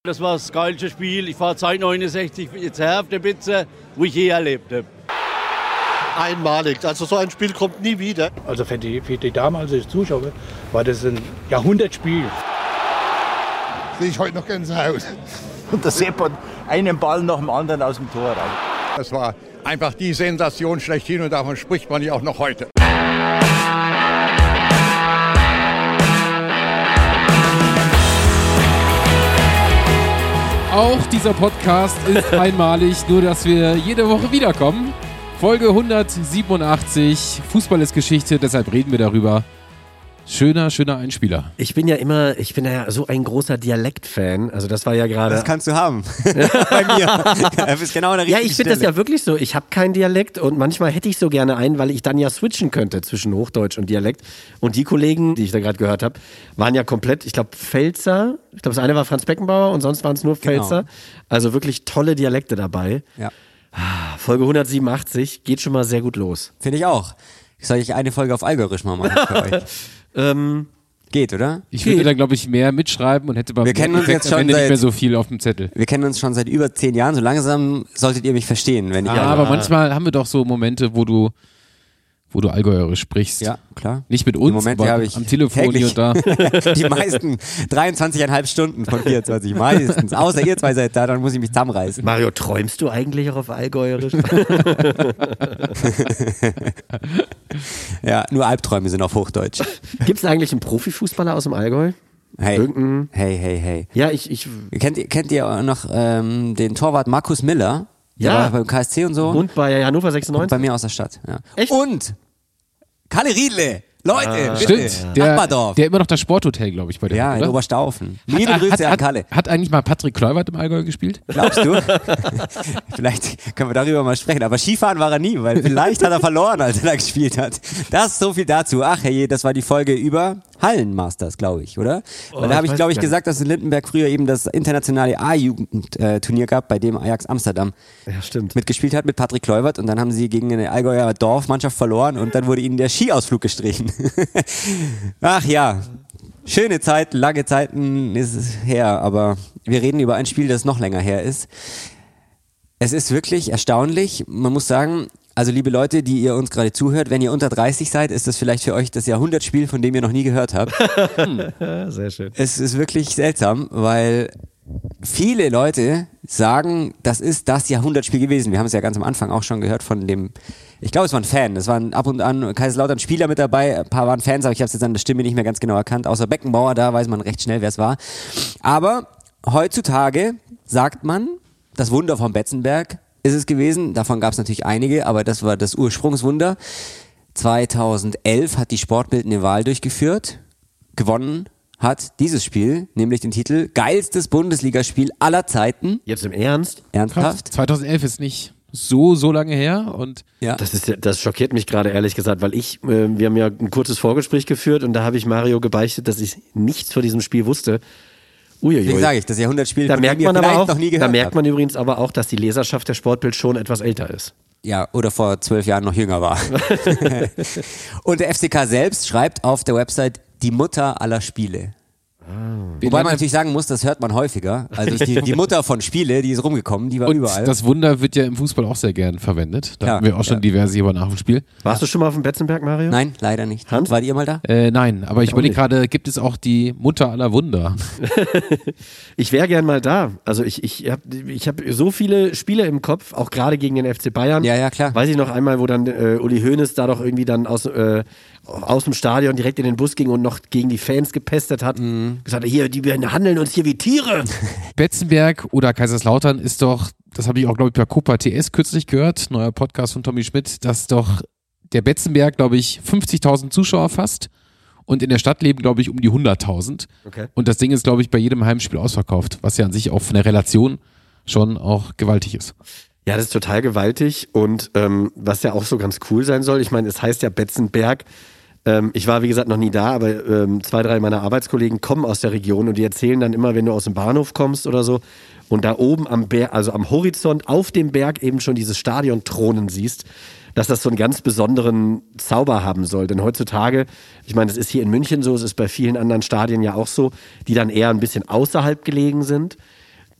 Das war das geilste Spiel. Ich fahre seit 69 jetzt her auf der Pizza, wo ich je erlebt habe. Einmalig. Also so ein Spiel kommt nie wieder. Also für die damals als Zuschauer war das ein Jahrhundertspiel. Sehe ich heute noch Gänsehaut. Und da sieht man einen Ball nach dem anderen aus dem Tor raus. Das war einfach die Sensation schlechthin und davon spricht man ja auch noch heute. Auch dieser Podcast ist einmalig, nur dass wir jede Woche wiederkommen. Folge 187, Fußball ist Geschichte, deshalb reden wir darüber. Schöner Einspieler. Ich bin ja so ein großer Dialekt-Fan. Also das war ja gerade... Das kannst du haben. Bei mir. Du bist genau an der richtigen Ja, ich finde das ja wirklich so. Ich habe keinen Dialekt und manchmal hätte ich so gerne einen, weil ich dann ja switchen könnte zwischen Hochdeutsch und Dialekt. Und die Kollegen, die ich da gerade gehört habe, waren ja komplett, ich glaube, Pfälzer. Ich glaube, das eine war Franz Beckenbauer und sonst waren es nur Pfälzer. Genau. Also wirklich tolle Dialekte dabei. Ja. Folge 187 geht schon mal sehr gut los. Finde ich auch. Soll ich eine Folge auf Allgäuerisch mal machen für euch? Geht, oder? Ich würde da, glaube ich, mehr mitschreiben und hätte beim Effekt am Ende nicht mehr so viel auf dem Zettel. Wir kennen uns schon seit über 10 Jahren. So langsam solltet ihr mich verstehen. Wenn ich aber manchmal haben wir doch so Momente, wo du Allgäuerisch sprichst. Ja, klar. Nicht mit uns, Momente aber am Telefon hier und da. Die meisten 23,5 Stunden von 24, meistens. Außer ihr zwei seid da, dann muss ich mich zusammenreißen. Mario, träumst du eigentlich auch auf Allgäuerisch? Ja, nur Albträume sind auf Hochdeutsch. Gibt es eigentlich einen Profifußballer aus dem Allgäu? Hey. Ja, ich Kennt ihr noch den Torwart Markus Miller? Der war beim KSC und so. Und bei Hannover 96? Und bei mir aus der Stadt. Ja. Echt? Und Kalle Riedle. Leute, bitte. Stimmt, der immer noch das Sporthotel, glaube ich, bei dir. Ja, oder? in Oberstaufen. Liebe Grüße an Kalle. Hat eigentlich mal Patrick Kluivert im Allgäu gespielt? Glaubst du? Vielleicht können wir darüber mal sprechen. Aber Skifahren war er nie, weil vielleicht hat er verloren, als er da gespielt hat. Das so viel dazu. Ach hey, das war die Folge über Hallenmasters, glaube ich, oder? Weil da habe ich, glaube ich, gesagt, dass in Lindenberg früher eben das internationale A-Jugend-Turnier gab, bei dem Ajax Amsterdam mitgespielt hat mit Patrick Kluivert. Und dann haben sie gegen eine Allgäuer Dorfmannschaft verloren und dann wurde ihnen der Skiausflug gestrichen. Ach ja, schöne Zeit, lange Zeiten ist es her, aber wir reden über ein Spiel, das noch länger her ist. Es ist wirklich erstaunlich, man muss sagen, also liebe Leute, die ihr uns gerade zuhört, wenn ihr unter 30 seid, ist das vielleicht für euch das Jahrhundertspiel, von dem ihr noch nie gehört habt. Sehr schön. Es ist wirklich seltsam, weil viele Leute sagen, das ist das Jahrhundertspiel gewesen. Wir haben es ja ganz am Anfang auch schon gehört von dem, ich glaube, es war ein Fan. Es waren ab und an Kaiserslautern Spieler mit dabei, ein paar waren Fans, aber ich habe es jetzt an der Stimme nicht mehr ganz genau erkannt. Außer Beckenbauer, da weiß man recht schnell, wer es war. Aber heutzutage sagt man, das Wunder von Betzenberg ist es gewesen. Davon gab es natürlich einige, aber das war das Ursprungswunder. 2011 hat die Sportbild eine Wahl durchgeführt, gewonnen hat dieses Spiel, nämlich den Titel geilstes Bundesligaspiel aller Zeiten. Jetzt im Ernst? Ernsthaft? 2011 ist nicht so lange her und ja. Das schockiert mich gerade ehrlich gesagt, weil wir haben ja ein kurzes Vorgespräch geführt und da habe ich Mario gebeichtet, dass ich nichts von diesem Spiel wusste. Deswegen sage ich, das Jahrhundertspiel, da merkt man aber auch, noch nie gehört. Da merkt man übrigens aber auch, dass die Leserschaft der Sportbild schon etwas älter ist. Ja, oder vor 12 Jahren noch jünger war. Und der FCK selbst schreibt auf der Website die Mutter aller Spiele. Wobei man natürlich sagen muss, das hört man häufiger. Also die Mutter von Spiele, die ist rumgekommen, die war und überall. Das Wunder wird ja im Fußball auch sehr gern verwendet. Da haben wir auch schon diverse hier nach dem Spiel. Warst du schon mal auf dem Betzenberg, Mario? Nein, leider nicht. Hans? Wart ihr mal da? Nein, aber ich überlege gerade, gibt es auch die Mutter aller Wunder? Ich wäre gern mal da. Also ich hab so viele Spiele im Kopf, auch gerade gegen den FC Bayern. Ja, klar. Weiß ich noch einmal, wo dann Uli Hoeneß da doch irgendwie dann aus dem Stadion direkt in den Bus ging und noch gegen die Fans gepestet hat. Gesagt, hier, die handeln uns hier wie Tiere. Betzenberg oder Kaiserslautern ist doch, das habe ich auch, glaube ich, bei Copa TS kürzlich gehört, neuer Podcast von Tommy Schmidt, dass doch der Betzenberg, glaube ich, 50.000 Zuschauer fasst und in der Stadt leben, glaube ich, um die 100.000. Okay. Und das Ding ist, glaube ich, bei jedem Heimspiel ausverkauft, was ja an sich auch von der Relation schon auch gewaltig ist. Ja, das ist total gewaltig und was ja auch so ganz cool sein soll, ich meine, es heißt ja Betzenberg. Ich war, wie gesagt, noch nie da, aber 2, 3 meiner Arbeitskollegen kommen aus der Region und die erzählen dann immer, wenn du aus dem Bahnhof kommst oder so und da oben am Berg, also am Horizont auf dem Berg eben schon dieses Stadion thronen siehst, dass das so einen ganz besonderen Zauber haben soll. Denn heutzutage, ich meine, das ist hier in München so, es ist bei vielen anderen Stadien ja auch so, die dann eher ein bisschen außerhalb gelegen sind.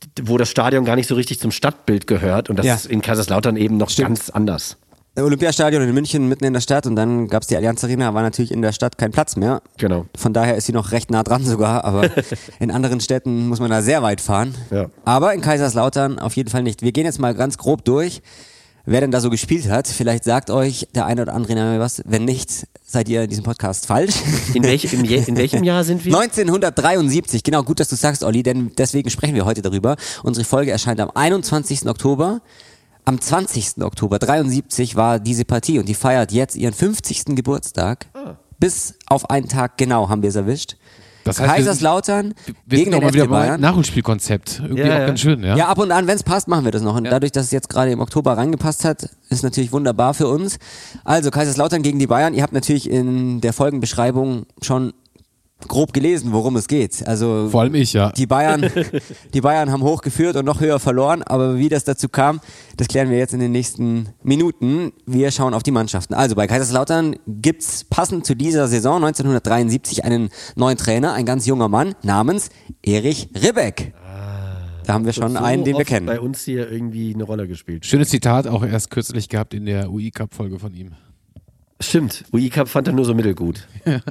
wo das Stadion gar nicht so richtig zum Stadtbild gehört und das ist in Kaiserslautern eben noch ganz anders. Olympiastadion in München mitten in der Stadt und dann gab es die Allianz Arena, war natürlich in der Stadt kein Platz mehr. Genau. Von daher ist sie noch recht nah dran sogar, aber in anderen Städten muss man da sehr weit fahren. Ja. Aber in Kaiserslautern auf jeden Fall nicht. Wir gehen jetzt mal ganz grob durch, wer denn da so gespielt hat. Vielleicht sagt euch der eine oder andere Name was. Wenn nicht, seid ihr in diesem Podcast falsch. In welchem Jahr sind wir? 1973, genau, gut, dass du sagst, Olli, denn deswegen sprechen wir heute darüber. Unsere Folge erscheint am 21. Oktober. Am 20. Oktober 73 war diese Partie und die feiert jetzt ihren 50. Geburtstag. Bis auf einen Tag genau haben wir es erwischt. Das heißt, Kaiserslautern wir gegen sind den auch mal wieder FC bei Bayern. Nachholspielkonzept. Irgendwie auch ganz schön, ja. Ja, ab und an, wenn es passt, machen wir das noch. Und dadurch, dass es jetzt gerade im Oktober reingepasst hat, ist natürlich wunderbar für uns. Also Kaiserslautern gegen die Bayern. Ihr habt natürlich in der Folgenbeschreibung schon grob gelesen, worum es geht. Also Vor allem ich, ja. Die Bayern haben hoch geführt und noch höher verloren, aber wie das dazu kam, das klären wir jetzt in den nächsten Minuten. Wir schauen auf die Mannschaften. Also bei Kaiserslautern gibt's passend zu dieser Saison 1973 einen neuen Trainer, ein ganz junger Mann namens Erich Ribbeck. Da haben wir schon so einen, den wir oft kennen. Bei uns hier irgendwie eine Rolle gespielt. Schönes Zitat, auch erst kürzlich gehabt in der UI-Cup-Folge von ihm. Stimmt, UI-Cup fand er nur so mittelgut.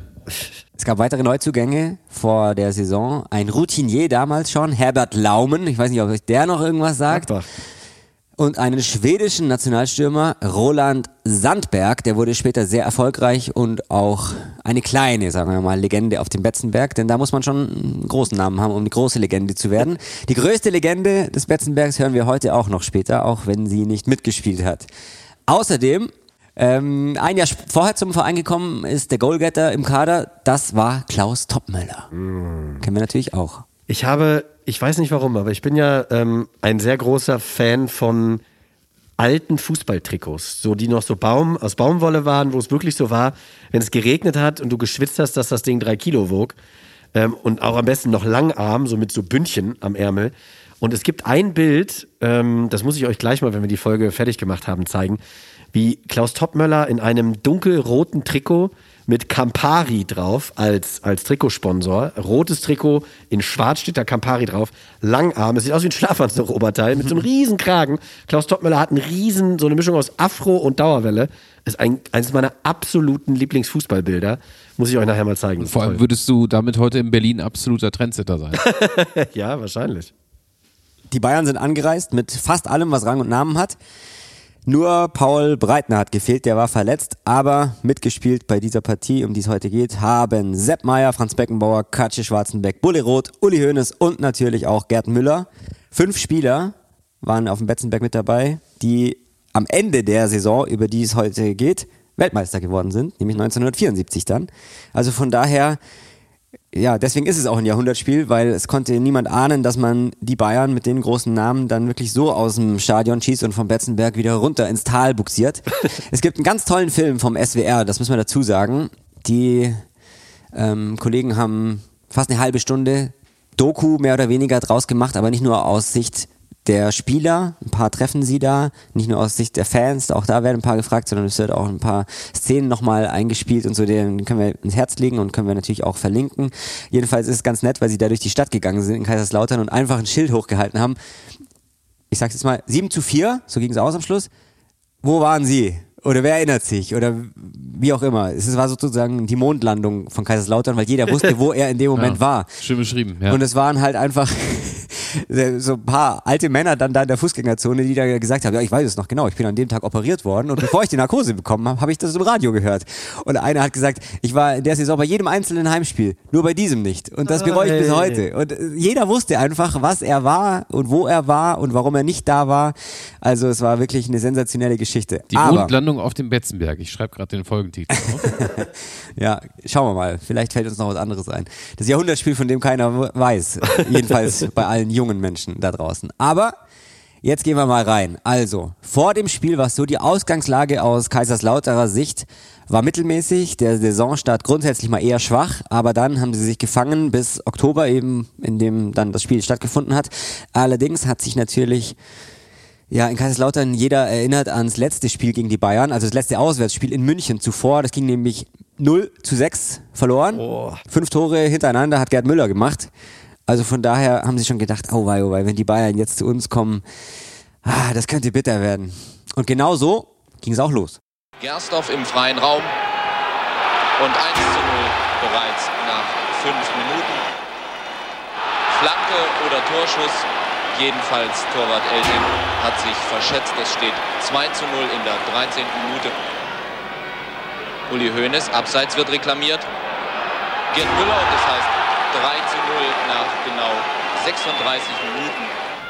Es gab weitere Neuzugänge vor der Saison. Ein Routinier damals schon, Herbert Laumann. Ich weiß nicht, ob euch der noch irgendwas sagt. Gladbach. Und einen schwedischen Nationalstürmer, Roland Sandberg. Der wurde später sehr erfolgreich und auch eine kleine, sagen wir mal, Legende auf dem Betzenberg. Denn da muss man schon einen großen Namen haben, um eine große Legende zu werden. Die größte Legende des Betzenbergs hören wir heute auch noch später, auch wenn sie nicht mitgespielt hat. Außerdem ein Jahr vorher zum Verein gekommen ist der Goalgetter im Kader, das war Klaus Toppmöller. Kennen wir natürlich auch. Ich weiß nicht warum, aber ich bin ja ein sehr großer Fan von alten Fußballtrikots, so die noch so aus Baumwolle waren, wo es wirklich so war, wenn es geregnet hat und du geschwitzt hast, dass das Ding 3 Kilo wog und auch am besten noch Langarm, so mit so Bündchen am Ärmel. Und es gibt ein Bild, das muss ich euch gleich mal, wenn wir die Folge fertig gemacht haben, zeigen, wie Klaus Toppmöller in einem dunkelroten Trikot mit Campari drauf als Trikotsponsor. Rotes Trikot, in schwarz steht da Campari drauf. Langarm, es sieht aus wie ein Schlafanzug-Oberteil mit so einem riesen Kragen. Klaus Toppmöller hat so eine Mischung aus Afro und Dauerwelle. Ist eines meiner absoluten Lieblingsfußballbilder. Muss ich euch nachher mal zeigen. Vor allem würdest du damit heute in Berlin absoluter Trendsetter sein. Ja, wahrscheinlich. Die Bayern sind angereist mit fast allem, was Rang und Namen hat. Nur Paul Breitner hat gefehlt, der war verletzt, aber mitgespielt bei dieser Partie, um die es heute geht, haben Sepp Maier, Franz Beckenbauer, Katsche Schwarzenbeck, Bulli Roth, Uli Hoeneß und natürlich auch Gerd Müller. 5 Spieler waren auf dem Betzenberg mit dabei, die am Ende der Saison, über die es heute geht, Weltmeister geworden sind, nämlich 1974 dann. Also von daher, ja, deswegen ist es auch ein Jahrhundertspiel, weil es konnte niemand ahnen, dass man die Bayern mit den großen Namen dann wirklich so aus dem Stadion schießt und vom Betzenberg wieder runter ins Tal buxiert. Es gibt einen ganz tollen Film vom SWR, das müssen wir dazu sagen. Die Kollegen haben fast eine halbe Stunde Doku mehr oder weniger draus gemacht, aber nicht nur aus Sicht der Spieler, ein paar treffen sie da, nicht nur aus Sicht der Fans, auch da werden ein paar gefragt, sondern es wird auch ein paar Szenen nochmal eingespielt und so, den können wir ins Herz legen und können wir natürlich auch verlinken. Jedenfalls ist es ganz nett, weil sie da durch die Stadt gegangen sind in Kaiserslautern und einfach ein Schild hochgehalten haben. Ich sag's jetzt mal, 7:4, so ging es aus am Schluss. Wo waren sie? Oder wer erinnert sich? Oder wie auch immer. Es war sozusagen die Mondlandung von Kaiserslautern, weil jeder wusste, wo er in dem Moment war. Schön beschrieben, ja. Und es waren halt einfach so ein paar alte Männer dann da in der Fußgängerzone, die da gesagt haben, ja, ich weiß es noch genau, ich bin an dem Tag operiert worden und bevor ich die Narkose bekommen habe, habe ich das im Radio gehört. Und einer hat gesagt, ich war in der Saison bei jedem einzelnen Heimspiel, nur bei diesem nicht. Und das bereue ich bis heute. Und jeder wusste einfach, was er war und wo er war und warum er nicht da war. Also es war wirklich eine sensationelle Geschichte. Die Mondlandung auf dem Betzenberg. Ich schreibe gerade den Folgentitel auf. Ja, schauen wir mal. Vielleicht fällt uns noch was anderes ein. Das Jahrhundertspiel, von dem keiner weiß. Jedenfalls bei allen jungen Menschen da draußen. Aber jetzt gehen wir mal rein. Also, vor dem Spiel war es so, die Ausgangslage aus Kaiserslauterer Sicht war mittelmäßig, der Saisonstart grundsätzlich mal eher schwach, aber dann haben sie sich gefangen bis Oktober eben, in dem dann das Spiel stattgefunden hat. Allerdings hat sich natürlich in Kaiserslautern jeder erinnert ans letzte Spiel gegen die Bayern, also das letzte Auswärtsspiel in München zuvor, das ging nämlich 0:6 verloren. 5 Tore hintereinander hat Gerd Müller gemacht. Also von daher haben sie schon gedacht, oh wei, wenn die Bayern jetzt zu uns kommen, das könnte bitter werden. Und genau so ging es auch los. Gersdorf im freien Raum und 1:0 bereits nach 5 Minuten. Flanke oder Torschuss, jedenfalls Torwart Elting hat sich verschätzt. Es steht 2:0 in der 13. Minute. Uli Hoeneß, abseits wird reklamiert. Gerd Müller und das heißt 3:0 nach genau 36 Minuten.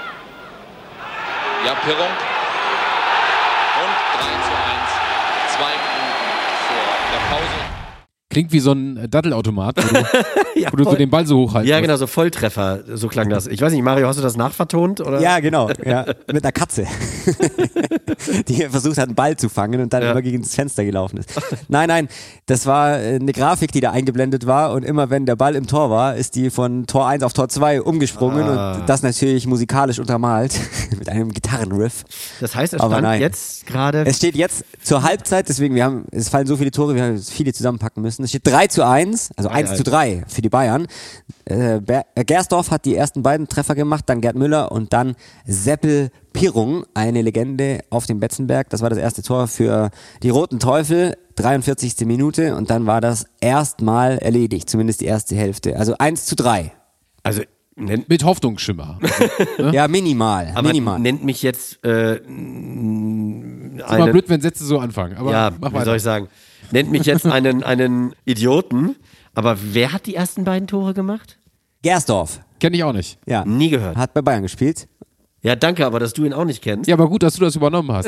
Ja, Pirrung. Und 3:1, 2 Minuten vor der Pause. Klingt wie so ein Dattelautomat, wo du so den Ball so hochhalten Ja, musst. genau, so Volltreffer, so klang das. Ich weiß nicht, Mario, hast du das nachvertont? Oder? Ja, genau. Ja, mit einer Katze, die versucht hat, einen Ball zu fangen und dann immer gegen das Fenster gelaufen ist. Nein, das war eine Grafik, die da eingeblendet war und immer wenn der Ball im Tor war, ist die von Tor 1 auf Tor 2 umgesprungen und das natürlich musikalisch untermalt mit einem Gitarrenriff. Das heißt, es stand jetzt gerade... Es steht jetzt zur Halbzeit, deswegen, es fallen so viele Tore, wir haben viele zusammenpacken müssen. Es steht 3:1, also 1:3 für die Bayern. Gersdorf hat die ersten beiden Treffer gemacht, dann Gerd Müller und dann Seppel Pirrung, eine Legende auf dem Betzenberg. Das war das erste Tor für die Roten Teufel, 43. Minute und dann war das erstmal erledigt, zumindest die erste Hälfte. Also 1:3. Also mit Hoffnungsschimmer. Ja, minimal. Aber minimal. nennt mich jetzt ist immer blöd, wenn Sätze so anfangen. Aber ja, mach wie weiter. soll ich sagen? Nennt mich jetzt einen Idioten, aber wer hat die ersten beiden Tore gemacht? Gersdorf. Kenn ich auch nicht. Ja. Nie gehört. Hat bei Bayern gespielt. Ja, danke, aber dass du ihn auch nicht kennst. Ja, aber gut, dass du das übernommen hast.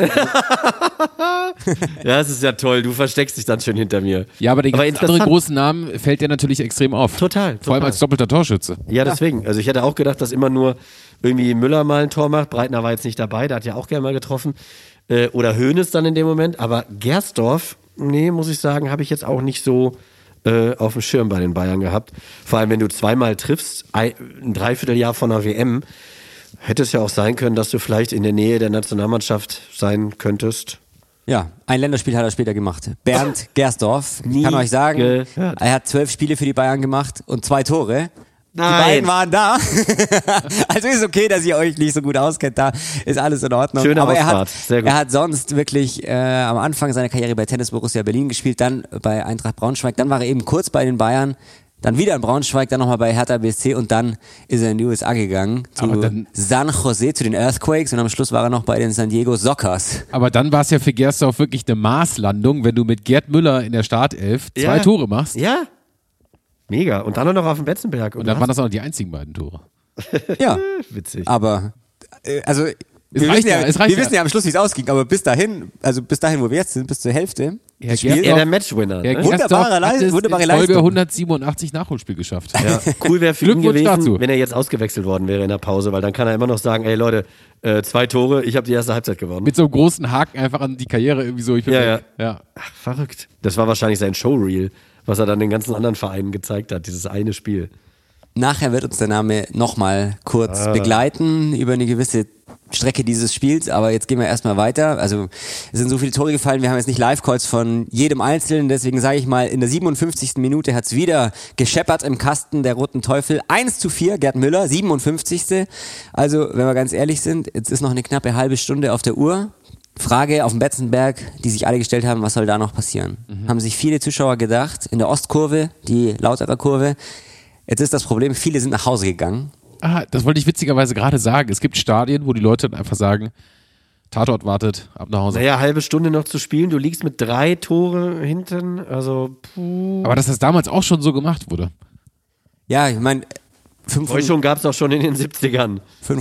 Ja, es ist ja toll, du versteckst dich dann schön hinter mir. Ja, aber den ganz anderen interessant. großen Namen fällt dir natürlich extrem auf. Total. Vor allem als doppelter Torschütze. Ja, deswegen. Also ich hätte auch gedacht, dass immer nur irgendwie Müller mal ein Tor macht. Breitner war jetzt nicht dabei, der hat ja auch gerne mal getroffen. Oder Hoeneß dann in dem Moment. Aber Gersdorf, nee, muss ich sagen, habe ich jetzt auch nicht so auf dem Schirm bei den Bayern gehabt. Vor allem, wenn du zweimal triffst, ein Dreivierteljahr von der WM, hätte es ja auch sein können, dass du vielleicht in der Nähe der Nationalmannschaft sein könntest. Ja, ein Länderspiel hat er später gemacht. Bernd Gersdorf. Ich kann euch sagen, er hat 12 Spiele für die Bayern gemacht und 2 Tore. Die beiden waren da. Also ist okay, dass ihr euch nicht so gut auskennt. Da ist alles in Ordnung. Schöne Aber Ausfahrt. Sehr gut. er hat sonst wirklich am Anfang seiner Karriere bei Tennis Borussia Berlin gespielt, dann bei Eintracht Braunschweig, dann war er eben kurz bei den Bayern, dann wieder in Braunschweig, dann nochmal bei Hertha BSC und dann ist er in die USA gegangen zu San Jose, zu den Earthquakes und am Schluss war er noch bei den San Diego Sockers. Aber dann war es ja für Gersdorf wirklich eine Maßlandung, wenn du mit Gerd Müller in der Startelf 2 Tore machst. Ja. Mega. Und dann noch auf dem Betzenberg. Und dann waren das auch noch die einzigen beiden Tore. Ja. Witzig. Aber, also, wir wissen ja am Schluss, wie es ausging, aber bis dahin, wo wir jetzt sind, bis zur Hälfte. Er der Matchwinner. Ne? Wunderbare Leistung. Folge 187 Nachholspiel geschafft. Ja, cool wäre für ihn gewesen, dazu. wenn er jetzt ausgewechselt worden wäre in der Pause, weil dann kann er immer noch sagen, ey Leute, 2 Tore, ich habe die erste Halbzeit gewonnen. Mit so einem großen Haken einfach an die Karriere irgendwie so. Ich bin ja. Ach, verrückt. Das war wahrscheinlich sein Showreel, was er dann den ganzen anderen Vereinen gezeigt hat, dieses eine Spiel. Nachher wird uns der Name nochmal kurz begleiten über eine gewisse Strecke dieses Spiels, aber jetzt gehen wir erstmal weiter. Also es sind so viele Tore gefallen, wir haben jetzt nicht Live-Calls von jedem Einzelnen, deswegen sage ich mal, in der 57. Minute hat es wieder gescheppert im Kasten der Roten Teufel. 1:4, Gerd Müller, 57. Also, wenn wir ganz ehrlich sind, jetzt ist noch eine knappe halbe Stunde auf der Uhr. Frage auf dem Betzenberg, die sich alle gestellt haben, was soll da noch passieren? Haben sich viele Zuschauer gedacht, in der Ostkurve, die Lauterer Kurve. Jetzt ist das Problem, viele sind nach Hause gegangen. Das wollte ich witzigerweise gerade sagen. Es gibt Stadien, wo die Leute dann einfach sagen, Tatort wartet, ab nach Hause. Naja, halbe Stunde noch zu spielen, du liegst mit 3 Tore hinten, also Aber dass das damals auch schon so gemacht wurde. Ja, ich meine, Täuschung gab es auch schon in den 70ern.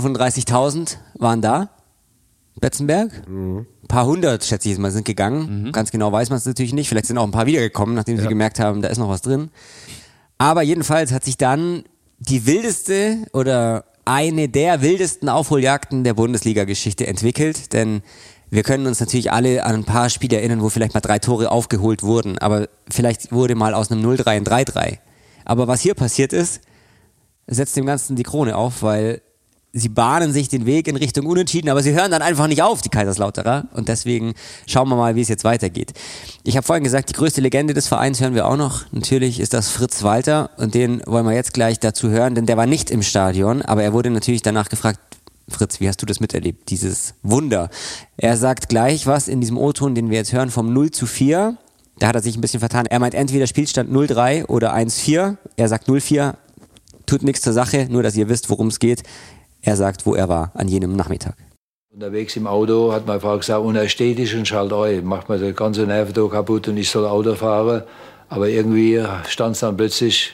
35.000 waren da, Betzenberg. Ein paar hundert, schätze ich jetzt mal, sind gegangen. Ganz genau weiß man es natürlich nicht. Vielleicht sind auch ein paar wiedergekommen, nachdem sie gemerkt haben, da ist noch was drin. Aber jedenfalls hat sich dann die wildeste oder eine der wildesten Aufholjagden der Bundesliga-Geschichte entwickelt, denn wir können uns natürlich alle an ein paar Spiele erinnern, wo vielleicht mal 3 Tore aufgeholt wurden, aber vielleicht wurde mal aus einem 0-3 ein 3-3. Aber was hier passiert ist, setzt dem Ganzen die Krone auf, weil sie bahnen sich den Weg in Richtung Unentschieden, aber sie hören dann einfach nicht auf, die Kaiserslauterer. Und deswegen schauen wir mal, wie es jetzt weitergeht. Ich habe vorhin gesagt, die größte Legende des Vereins hören wir auch noch. Natürlich ist das Fritz Walter und den wollen wir jetzt gleich dazu hören, denn der war nicht im Stadion, aber er wurde natürlich danach gefragt, Fritz, wie hast du das miterlebt, dieses Wunder? Er sagt gleich was in diesem O-Ton, den wir jetzt hören, vom 0:4. Da hat er sich ein bisschen vertan. Er meint entweder Spielstand 0:3 oder 1:4. Er sagt 0:4, tut nichts zur Sache, nur dass ihr wisst, worum es geht. Er sagt, wo er war an jenem Nachmittag. Unterwegs im Auto hat meine Frau gesagt, unästhetisch und schalt euch, macht mir das ganze Nerven da kaputt und ich soll Auto fahren. Aber irgendwie stand es dann plötzlich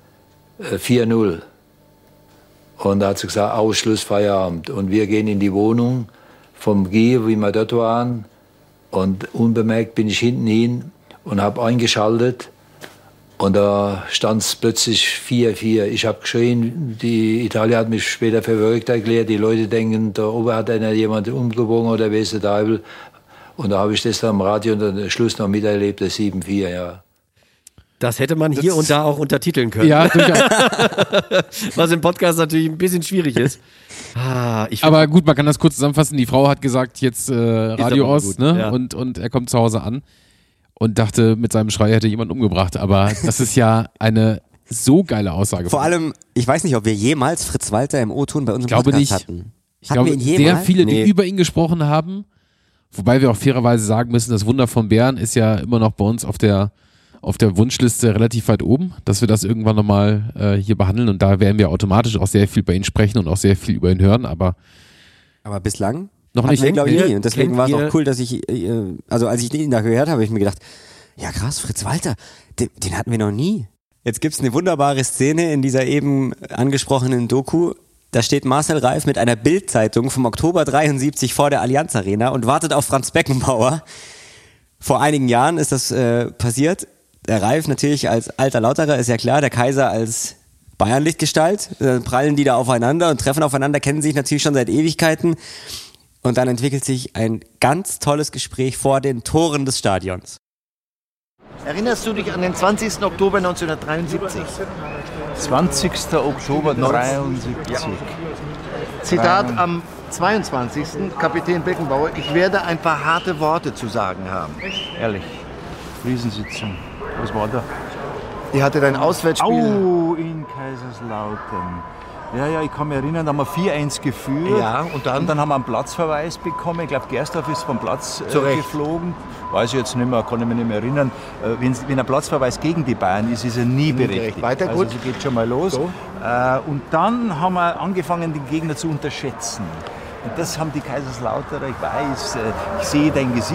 4:0. Und da hat sie gesagt, Ausschluss, Feierabend. Und wir gehen in die Wohnung vom Gier, wie wir dort waren. Und unbemerkt bin ich hinten hin und habe eingeschaltet. Und da stand es plötzlich 4:4. Ich habe geschrien, die Italiener hat mich später für verrückt erklärt. Die Leute denken, da oben hat einer jemand umgebogen oder weiß der Teufel. Und da habe ich das dann am Radio und am Schluss noch miterlebt, das 7:4, ja. Das hätte man hier und da auch untertiteln können. Ja, durchaus. Was im Podcast natürlich ein bisschen schwierig ist. Aber gut, man kann das kurz zusammenfassen. Die Frau hat gesagt, jetzt Radio aus, gut, ne? ja. Und er kommt zu Hause an und dachte, mit seinem Schrei hätte jemand umgebracht. Aber das ist ja eine so geile Aussage. Vor allem, ich weiß nicht, ob wir jemals Fritz Walter im O-Ton bei unserem Podcast hatten. Ich glaube, sehr viele, die über ihn gesprochen haben. Wobei wir auch fairerweise sagen müssen, das Wunder von Bern ist ja immer noch bei uns auf der Wunschliste relativ weit oben, dass wir das irgendwann nochmal hier behandeln und da werden wir automatisch auch sehr viel bei Ihnen sprechen und auch sehr viel über ihn hören, aber bislang noch nicht. Glaube ich nie. Und deswegen war es auch cool, dass ich, also als ich ihn da gehört habe, habe ich mir gedacht, ja krass, Fritz Walter, den hatten wir noch nie. Jetzt gibt's eine wunderbare Szene in dieser eben angesprochenen Doku. Da steht Marcel Reif mit einer Bild-Zeitung vom Oktober 73 vor der Allianz Arena und wartet auf Franz Beckenbauer. Vor einigen Jahren ist das passiert. Der Reif natürlich als alter Lauterer, ist ja klar, der Kaiser als Bayern-Lichtgestalt, prallen die da aufeinander und treffen aufeinander, kennen sich natürlich schon seit Ewigkeiten und dann entwickelt sich ein ganz tolles Gespräch vor den Toren des Stadions. Erinnerst du dich an den 20. Oktober 1973? 20. Oktober 1973. Zitat am 22. Kapitän Beckenbauer, ich werde ein paar harte Worte zu sagen haben. Ehrlich, Riesensitzung. Was war da? Die hatte dein Auswärtsspiel. Oh, in Kaiserslautern. Ja, ich kann mich erinnern, da haben wir 4:1 geführt. Ja, und dann haben wir einen Platzverweis bekommen. Ich glaube, Gersdorf ist vom Platz geflogen. Weiß ich jetzt nicht mehr, kann ich mich nicht mehr erinnern. Wenn ein Platzverweis gegen die Bayern ist, ist er nie berechtigt. Weiter gut. Also geht schon mal los. So. Und dann haben wir angefangen, den Gegner zu unterschätzen. Und das haben die Kaiserslauterer, ich weiß, ich sehe dein Gesicht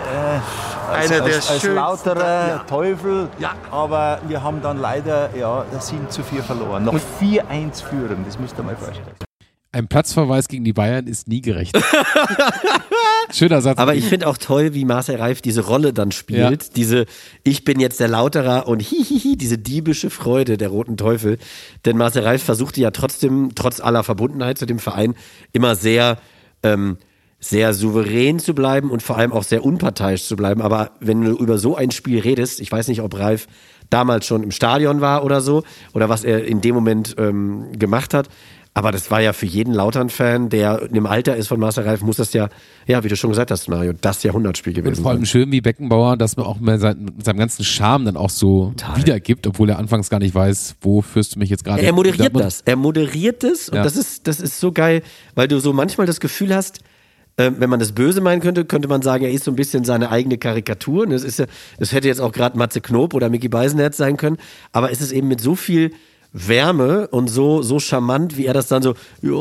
als Lauterer Teufel, aber wir haben dann leider 7:4 verloren. Noch 4:1 führen, das müsst ihr mal vorstellen. Ein Platzverweis gegen die Bayern ist nie gerecht. Schöner Satz. Aber ich finde auch toll, wie Marcel Reif diese Rolle dann spielt. Ja. Diese, ich bin jetzt der Lauterer und diese diebische Freude der Roten Teufel. Denn Marcel Reif versuchte ja trotzdem, trotz aller Verbundenheit zu dem Verein, immer sehr souverän zu bleiben und vor allem auch sehr unparteiisch zu bleiben. Aber wenn du über so ein Spiel redest, ich weiß nicht, ob Reif damals schon im Stadion war oder so, oder was er in dem Moment gemacht hat, aber das war ja für jeden Lautern-Fan, der in dem Alter ist von Marcel Reif, muss das ja, wie du schon gesagt hast, Mario, das Jahrhundertspiel gewesen sein. Und vor allem schön, wie Beckenbauer, dass man auch mit seinem ganzen Charme dann auch so wiedergibt, obwohl er anfangs gar nicht weiß, wo führst du mich jetzt gerade. Er moderiert das und das ist so geil, weil du so manchmal das Gefühl hast, wenn man das böse meinen könnte man sagen, er ist so ein bisschen seine eigene Karikatur. Das hätte jetzt auch gerade Matze Knob oder Micky Beisenherz sein können, aber es ist eben mit so viel Wärme und so charmant, wie er das dann so,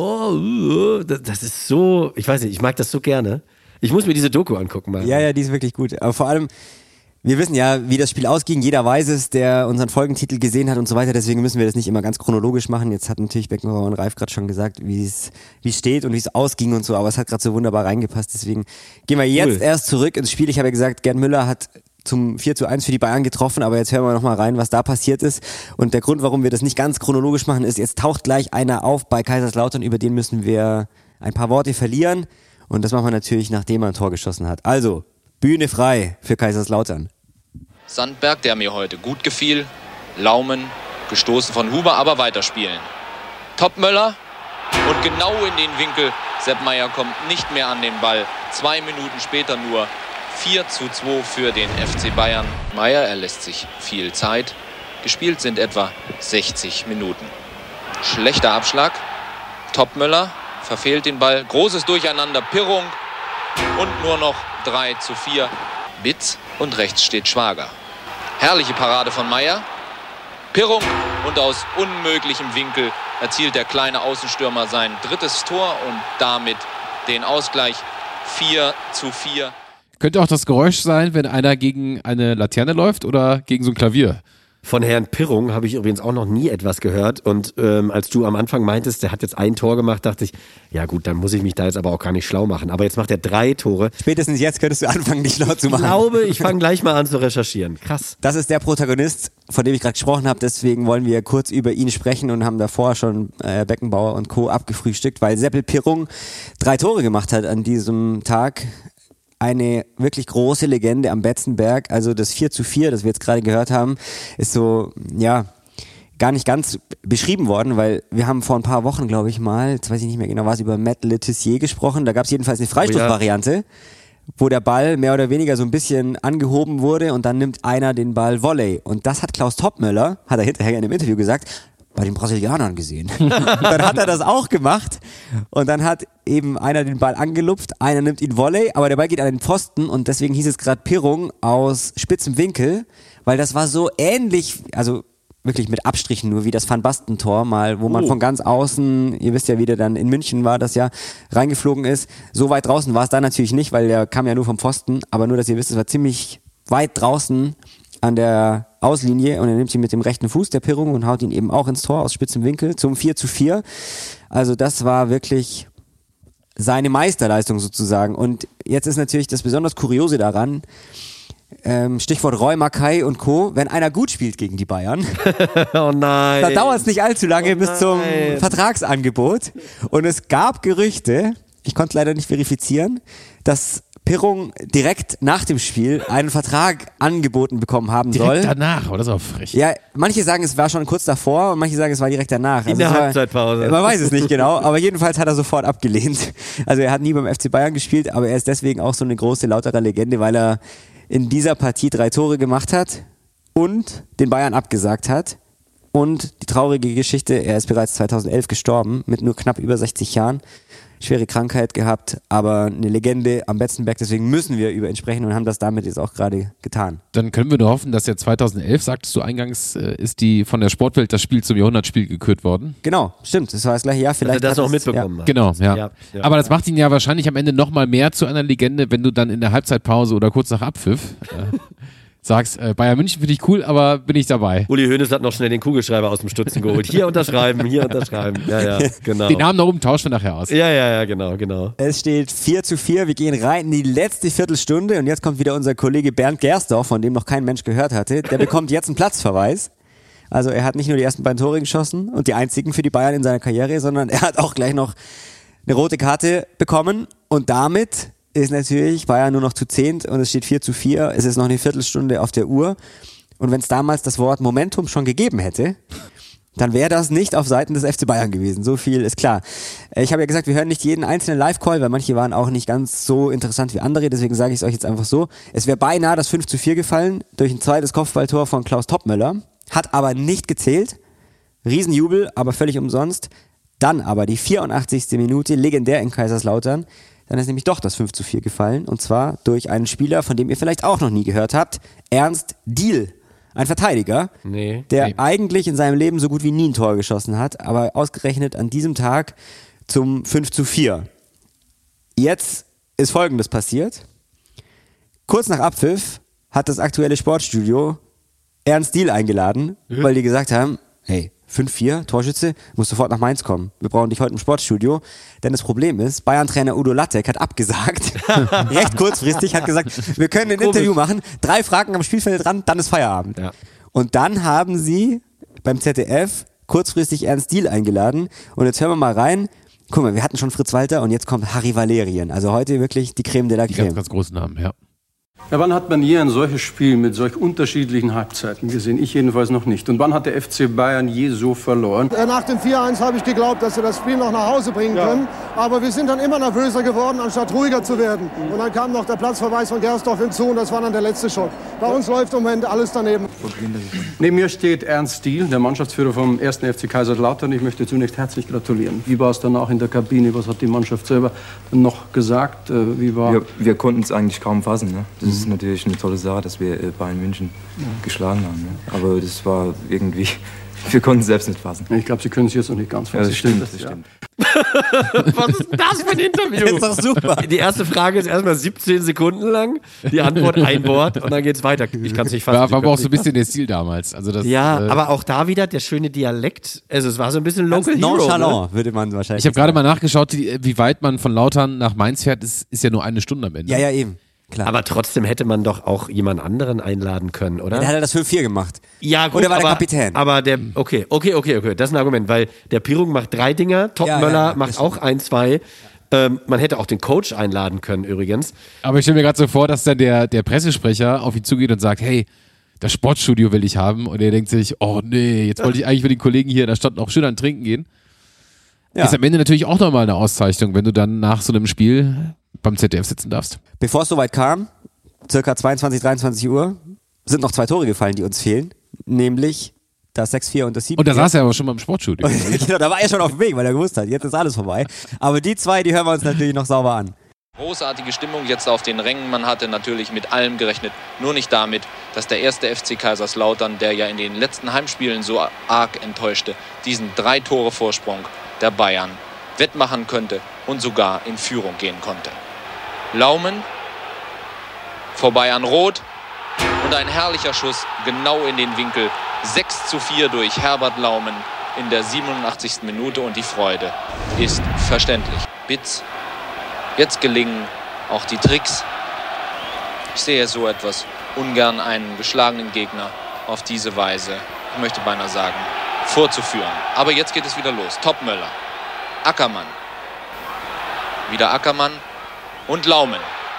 das ist so, ich weiß nicht, ich mag das so gerne. Ich muss mir diese Doku angucken, mal. Ja, die ist wirklich gut. Aber vor allem, wir wissen ja, wie das Spiel ausging. Jeder weiß es, der unseren Folgentitel gesehen hat und so weiter. Deswegen müssen wir das nicht immer ganz chronologisch machen. Jetzt hat natürlich Beckenbauer und Reif gerade schon gesagt, wie es steht und wie es ausging und so. Aber es hat gerade so wunderbar reingepasst. Deswegen gehen wir jetzt erst zurück ins Spiel. Ich habe ja gesagt, Gerd Müller hat zum 4:1 für die Bayern getroffen, aber jetzt hören wir noch mal rein, was da passiert ist. Und der Grund, warum wir das nicht ganz chronologisch machen, ist, jetzt taucht gleich einer auf bei Kaiserslautern, über den müssen wir ein paar Worte verlieren. Und das machen wir natürlich, nachdem er ein Tor geschossen hat. Also, Bühne frei für Kaiserslautern. Sandberg, der mir heute gut gefiel. Laumen, gestoßen von Huber, aber weiterspielen. Topmöller, Und genau in den Winkel. Sepp Maier kommt nicht mehr an den Ball. 2 Minuten später nur 4:2 für den FC Bayern. Maier erlässt sich viel Zeit. Gespielt sind etwa 60 Minuten. Schlechter Abschlag. Topmöller verfehlt den Ball. Großes Durcheinander. Pirrung. Und nur noch 3:4. Bitz und rechts steht Schwager. Herrliche Parade von Maier. Pirrung und aus unmöglichem Winkel erzielt der kleine Außenstürmer sein 3. Tor und damit den Ausgleich 4:4. Könnte auch das Geräusch sein, wenn einer gegen eine Laterne läuft oder gegen so ein Klavier. Von Herrn Pirrung habe ich übrigens auch noch nie etwas gehört. Und als du am Anfang meintest, der hat jetzt 1 Tor gemacht, dachte ich, ja gut, dann muss ich mich da jetzt aber auch gar nicht schlau machen. Aber jetzt macht er 3 Tore. Spätestens jetzt könntest du anfangen, dich schlau zu machen. Ich glaube, ich fange gleich mal an zu recherchieren. Krass. Das ist der Protagonist, von dem ich gerade gesprochen habe. Deswegen wollen wir kurz über ihn sprechen und haben davor schon Beckenbauer und Co. abgefrühstückt, weil Seppel Pirrung 3 Tore gemacht hat an diesem Tag. Eine wirklich große Legende am Betzenberg, also das 4:4, das wir jetzt gerade gehört haben, ist so, ja, gar nicht ganz beschrieben worden, weil wir haben vor ein paar Wochen, glaube ich mal, jetzt weiß ich nicht mehr genau was, über Matt Le Tissier gesprochen, da gab es jedenfalls eine Freistoßvariante, wo der Ball mehr oder weniger so ein bisschen angehoben wurde und dann nimmt einer den Ball Volley und das hat Klaus Toppmöller, hat er hinterher in einem Interview gesagt, bei den Brasilianern gesehen. Dann hat er das auch gemacht und dann hat eben einer den Ball angelupft, einer nimmt ihn Volley, aber der Ball geht an den Pfosten und deswegen hieß es gerade Pirrung aus spitzem Winkel, weil das war so ähnlich, also wirklich mit Abstrichen nur wie das Van Basten-Tor mal, wo man von ganz außen, ihr wisst ja, wie der dann in München war, das ja reingeflogen ist. So weit draußen war es da natürlich nicht, weil der kam ja nur vom Pfosten, aber nur, dass ihr wisst, es war ziemlich weit draußen an der Auslinie und er nimmt ihn mit dem rechten Fuß der Pirrung und haut ihn eben auch ins Tor aus spitzem Winkel zum 4:4. Also das war wirklich seine Meisterleistung sozusagen. Und jetzt ist natürlich das besonders Kuriose daran, Stichwort Roy Mackay und Co., wenn einer gut spielt gegen die Bayern, oh nein. Da dauert es nicht allzu lange bis zum Vertragsangebot. Und es gab Gerüchte, ich konnte leider nicht verifizieren, dass Pirrung direkt nach dem Spiel einen Vertrag angeboten bekommen haben soll. Direkt danach, oder? Das ist auch frech. Ja, manche sagen, es war schon kurz davor und manche sagen, es war direkt danach. In der Halbzeitpause. Man weiß es nicht genau, aber jedenfalls hat er sofort abgelehnt. Also er hat nie beim FC Bayern gespielt, aber er ist deswegen auch so eine große Lauterer Legende, weil er in dieser Partie 3 Tore gemacht hat und den Bayern abgesagt hat. Und die traurige Geschichte, er ist bereits 2011 gestorben, mit nur knapp über 60 Jahren. Schwere Krankheit gehabt, aber eine Legende am Betzenberg, deswegen müssen wir über ihn sprechen und haben das damit jetzt auch gerade getan. Dann können wir nur hoffen, dass ja 2011, sagtest du eingangs, ist die von der Sportwelt das Spiel zum Jahrhundertspiel gekürt worden. Genau, stimmt, das war das gleiche Jahr. Vielleicht das noch mitbekommen hat. Genau, ja. Aber das macht ihn ja wahrscheinlich am Ende nochmal mehr zu einer Legende, wenn du dann in der Halbzeitpause oder kurz nach Abpfiff sagst, Bayern München finde ich cool, aber bin ich dabei. Uli Hoeneß hat noch schnell den Kugelschreiber aus dem Stutzen geholt. Hier unterschreiben, hier unterschreiben. Ja, genau. Den Namen da oben tauschen wir nachher aus. Ja, genau. Es steht 4:4, wir gehen rein in die letzte Viertelstunde und jetzt kommt wieder unser Kollege Bernd Gersdorf, von dem noch kein Mensch gehört hatte. Der bekommt jetzt einen Platzverweis. Also er hat nicht nur die ersten beiden Tore geschossen und die einzigen für die Bayern in seiner Karriere, sondern er hat auch gleich noch eine rote Karte bekommen und damit ist natürlich Bayern nur noch zu 10 und es steht 4:4. Es ist noch eine Viertelstunde auf der Uhr. Und wenn es damals das Wort Momentum schon gegeben hätte, dann wäre das nicht auf Seiten des FC Bayern gewesen. So viel ist klar. Ich habe ja gesagt, wir hören nicht jeden einzelnen Live-Call, weil manche waren auch nicht ganz so interessant wie andere. Deswegen sage ich es euch jetzt einfach so. Es wäre beinahe das 5:4 gefallen durch ein zweites Kopfballtor von Klaus Toppmöller. Hat aber nicht gezählt. Riesenjubel, aber völlig umsonst. Dann aber die 84. Minute, legendär in Kaiserslautern. Dann ist nämlich doch das 5:4 gefallen und zwar durch einen Spieler, von dem ihr vielleicht auch noch nie gehört habt, Ernst Diehl, ein Verteidiger, der eigentlich in seinem Leben so gut wie nie ein Tor geschossen hat, aber ausgerechnet an diesem Tag zum 5:4. Jetzt ist Folgendes passiert. Kurz nach Abpfiff hat das aktuelle Sportstudio Ernst Diehl eingeladen, weil die gesagt haben, hey, 5:4, Torschütze, muss sofort nach Mainz kommen. Wir brauchen dich heute im Sportstudio. Denn das Problem ist, Bayern-Trainer Udo Lattek hat abgesagt. Recht kurzfristig, hat gesagt, wir können ein Interview machen. 3 Fragen am Spielfeld dran, dann ist Feierabend. Ja. Und dann haben sie beim ZDF kurzfristig Ernst Diehl eingeladen. Und jetzt hören wir mal rein. Guck mal, wir hatten schon Fritz Walter und jetzt kommt Harry Valerien. Also heute wirklich die Creme de la Creme. Die ganz großen Namen, ja. Ja, wann hat man je ein solches Spiel mit solch unterschiedlichen Halbzeiten gesehen? Ich jedenfalls noch nicht. Und wann hat der FC Bayern je so verloren? Nach dem 4-1 habe ich geglaubt, dass wir das Spiel noch nach Hause bringen können. Aber wir sind dann immer nervöser geworden, anstatt ruhiger zu werden. Und dann kam noch der Platzverweis von Gersdorf hinzu und das war dann der letzte Shot. Bei uns läuft im Moment alles daneben. Neben mir steht Ernst Stiel, der Mannschaftsführer vom 1. FC Kaiserslautern. Ich möchte zunächst herzlich gratulieren. Wie war es danach in der Kabine? Was hat die Mannschaft selber noch gesagt? Wie war? Wir konnten es eigentlich kaum fassen. Ne? Das ist natürlich eine tolle Sache, dass wir Bayern München geschlagen haben. Ne? Aber das war irgendwie, wir konnten es selbst nicht fassen. Ich glaube, Sie können es jetzt noch nicht ganz fassen. Ja, das stimmt, das stimmt. Was ist denn das für ein Interview? Das ist doch super. Die erste Frage ist erstmal 17 Sekunden lang, die Antwort ein Wort und dann geht's weiter. Ich kann es nicht fassen. War aber auch so ein bisschen der Stil damals. Also das, aber auch da wieder der schöne Dialekt. Also es war so ein bisschen Local Hero. Nonchalant, würde man wahrscheinlich Ich habe gerade mal nachgeschaut, wie weit man von Lautern nach Mainz fährt. Ist ja nur 1 Stunde am Ende. Ja, eben. Klar. Aber trotzdem hätte man doch auch jemand anderen einladen können, oder? Der hat das für 4 gemacht. Ja, gut, und er war der Kapitän. Aber okay. Das ist ein Argument, weil der Pirung macht 3 Dinger, Topmöller macht auch 1, 2. Man hätte auch den Coach einladen können übrigens. Aber ich stelle mir gerade so vor, dass dann der Pressesprecher auf ihn zugeht und sagt, hey, das Sportstudio will ich haben. Und er denkt sich, oh nee, jetzt wollte ich eigentlich mit den Kollegen hier in der Stadt noch schön an Trinken gehen. Ja. Ist am Ende natürlich auch nochmal eine Auszeichnung, wenn du dann nach so einem Spiel beim ZDF sitzen darfst. Bevor es soweit kam, circa 22, 23 Uhr, sind noch 2 Tore gefallen, die uns fehlen. Nämlich das 6-4 und das 7-4. Und da saß er aber schon beim Sportstudio. Genau, da war er schon auf dem Weg, weil er gewusst hat, jetzt ist alles vorbei. Aber die 2, die hören wir uns natürlich noch sauber an. Großartige Stimmung jetzt auf den Rängen. Man hatte natürlich mit allem gerechnet, nur nicht damit, dass der 1. FC Kaiserslautern, der ja in den letzten Heimspielen so arg enttäuschte, diesen 3 Tore Vorsprung der Bayern wettmachen könnte und sogar in Führung gehen konnte. Laumen vorbei an Roth und ein herrlicher Schuss genau in den Winkel. 6:4 durch Herbert Laumen in der 87. Minute und die Freude ist verständlich. Bitz, jetzt gelingen auch die Tricks. Ich sehe so etwas ungern, einen geschlagenen Gegner auf diese Weise, ich möchte beinahe sagen, vorzuführen. Aber jetzt geht es wieder los. Topmöller, Ackermann, wieder Ackermann und Laumen.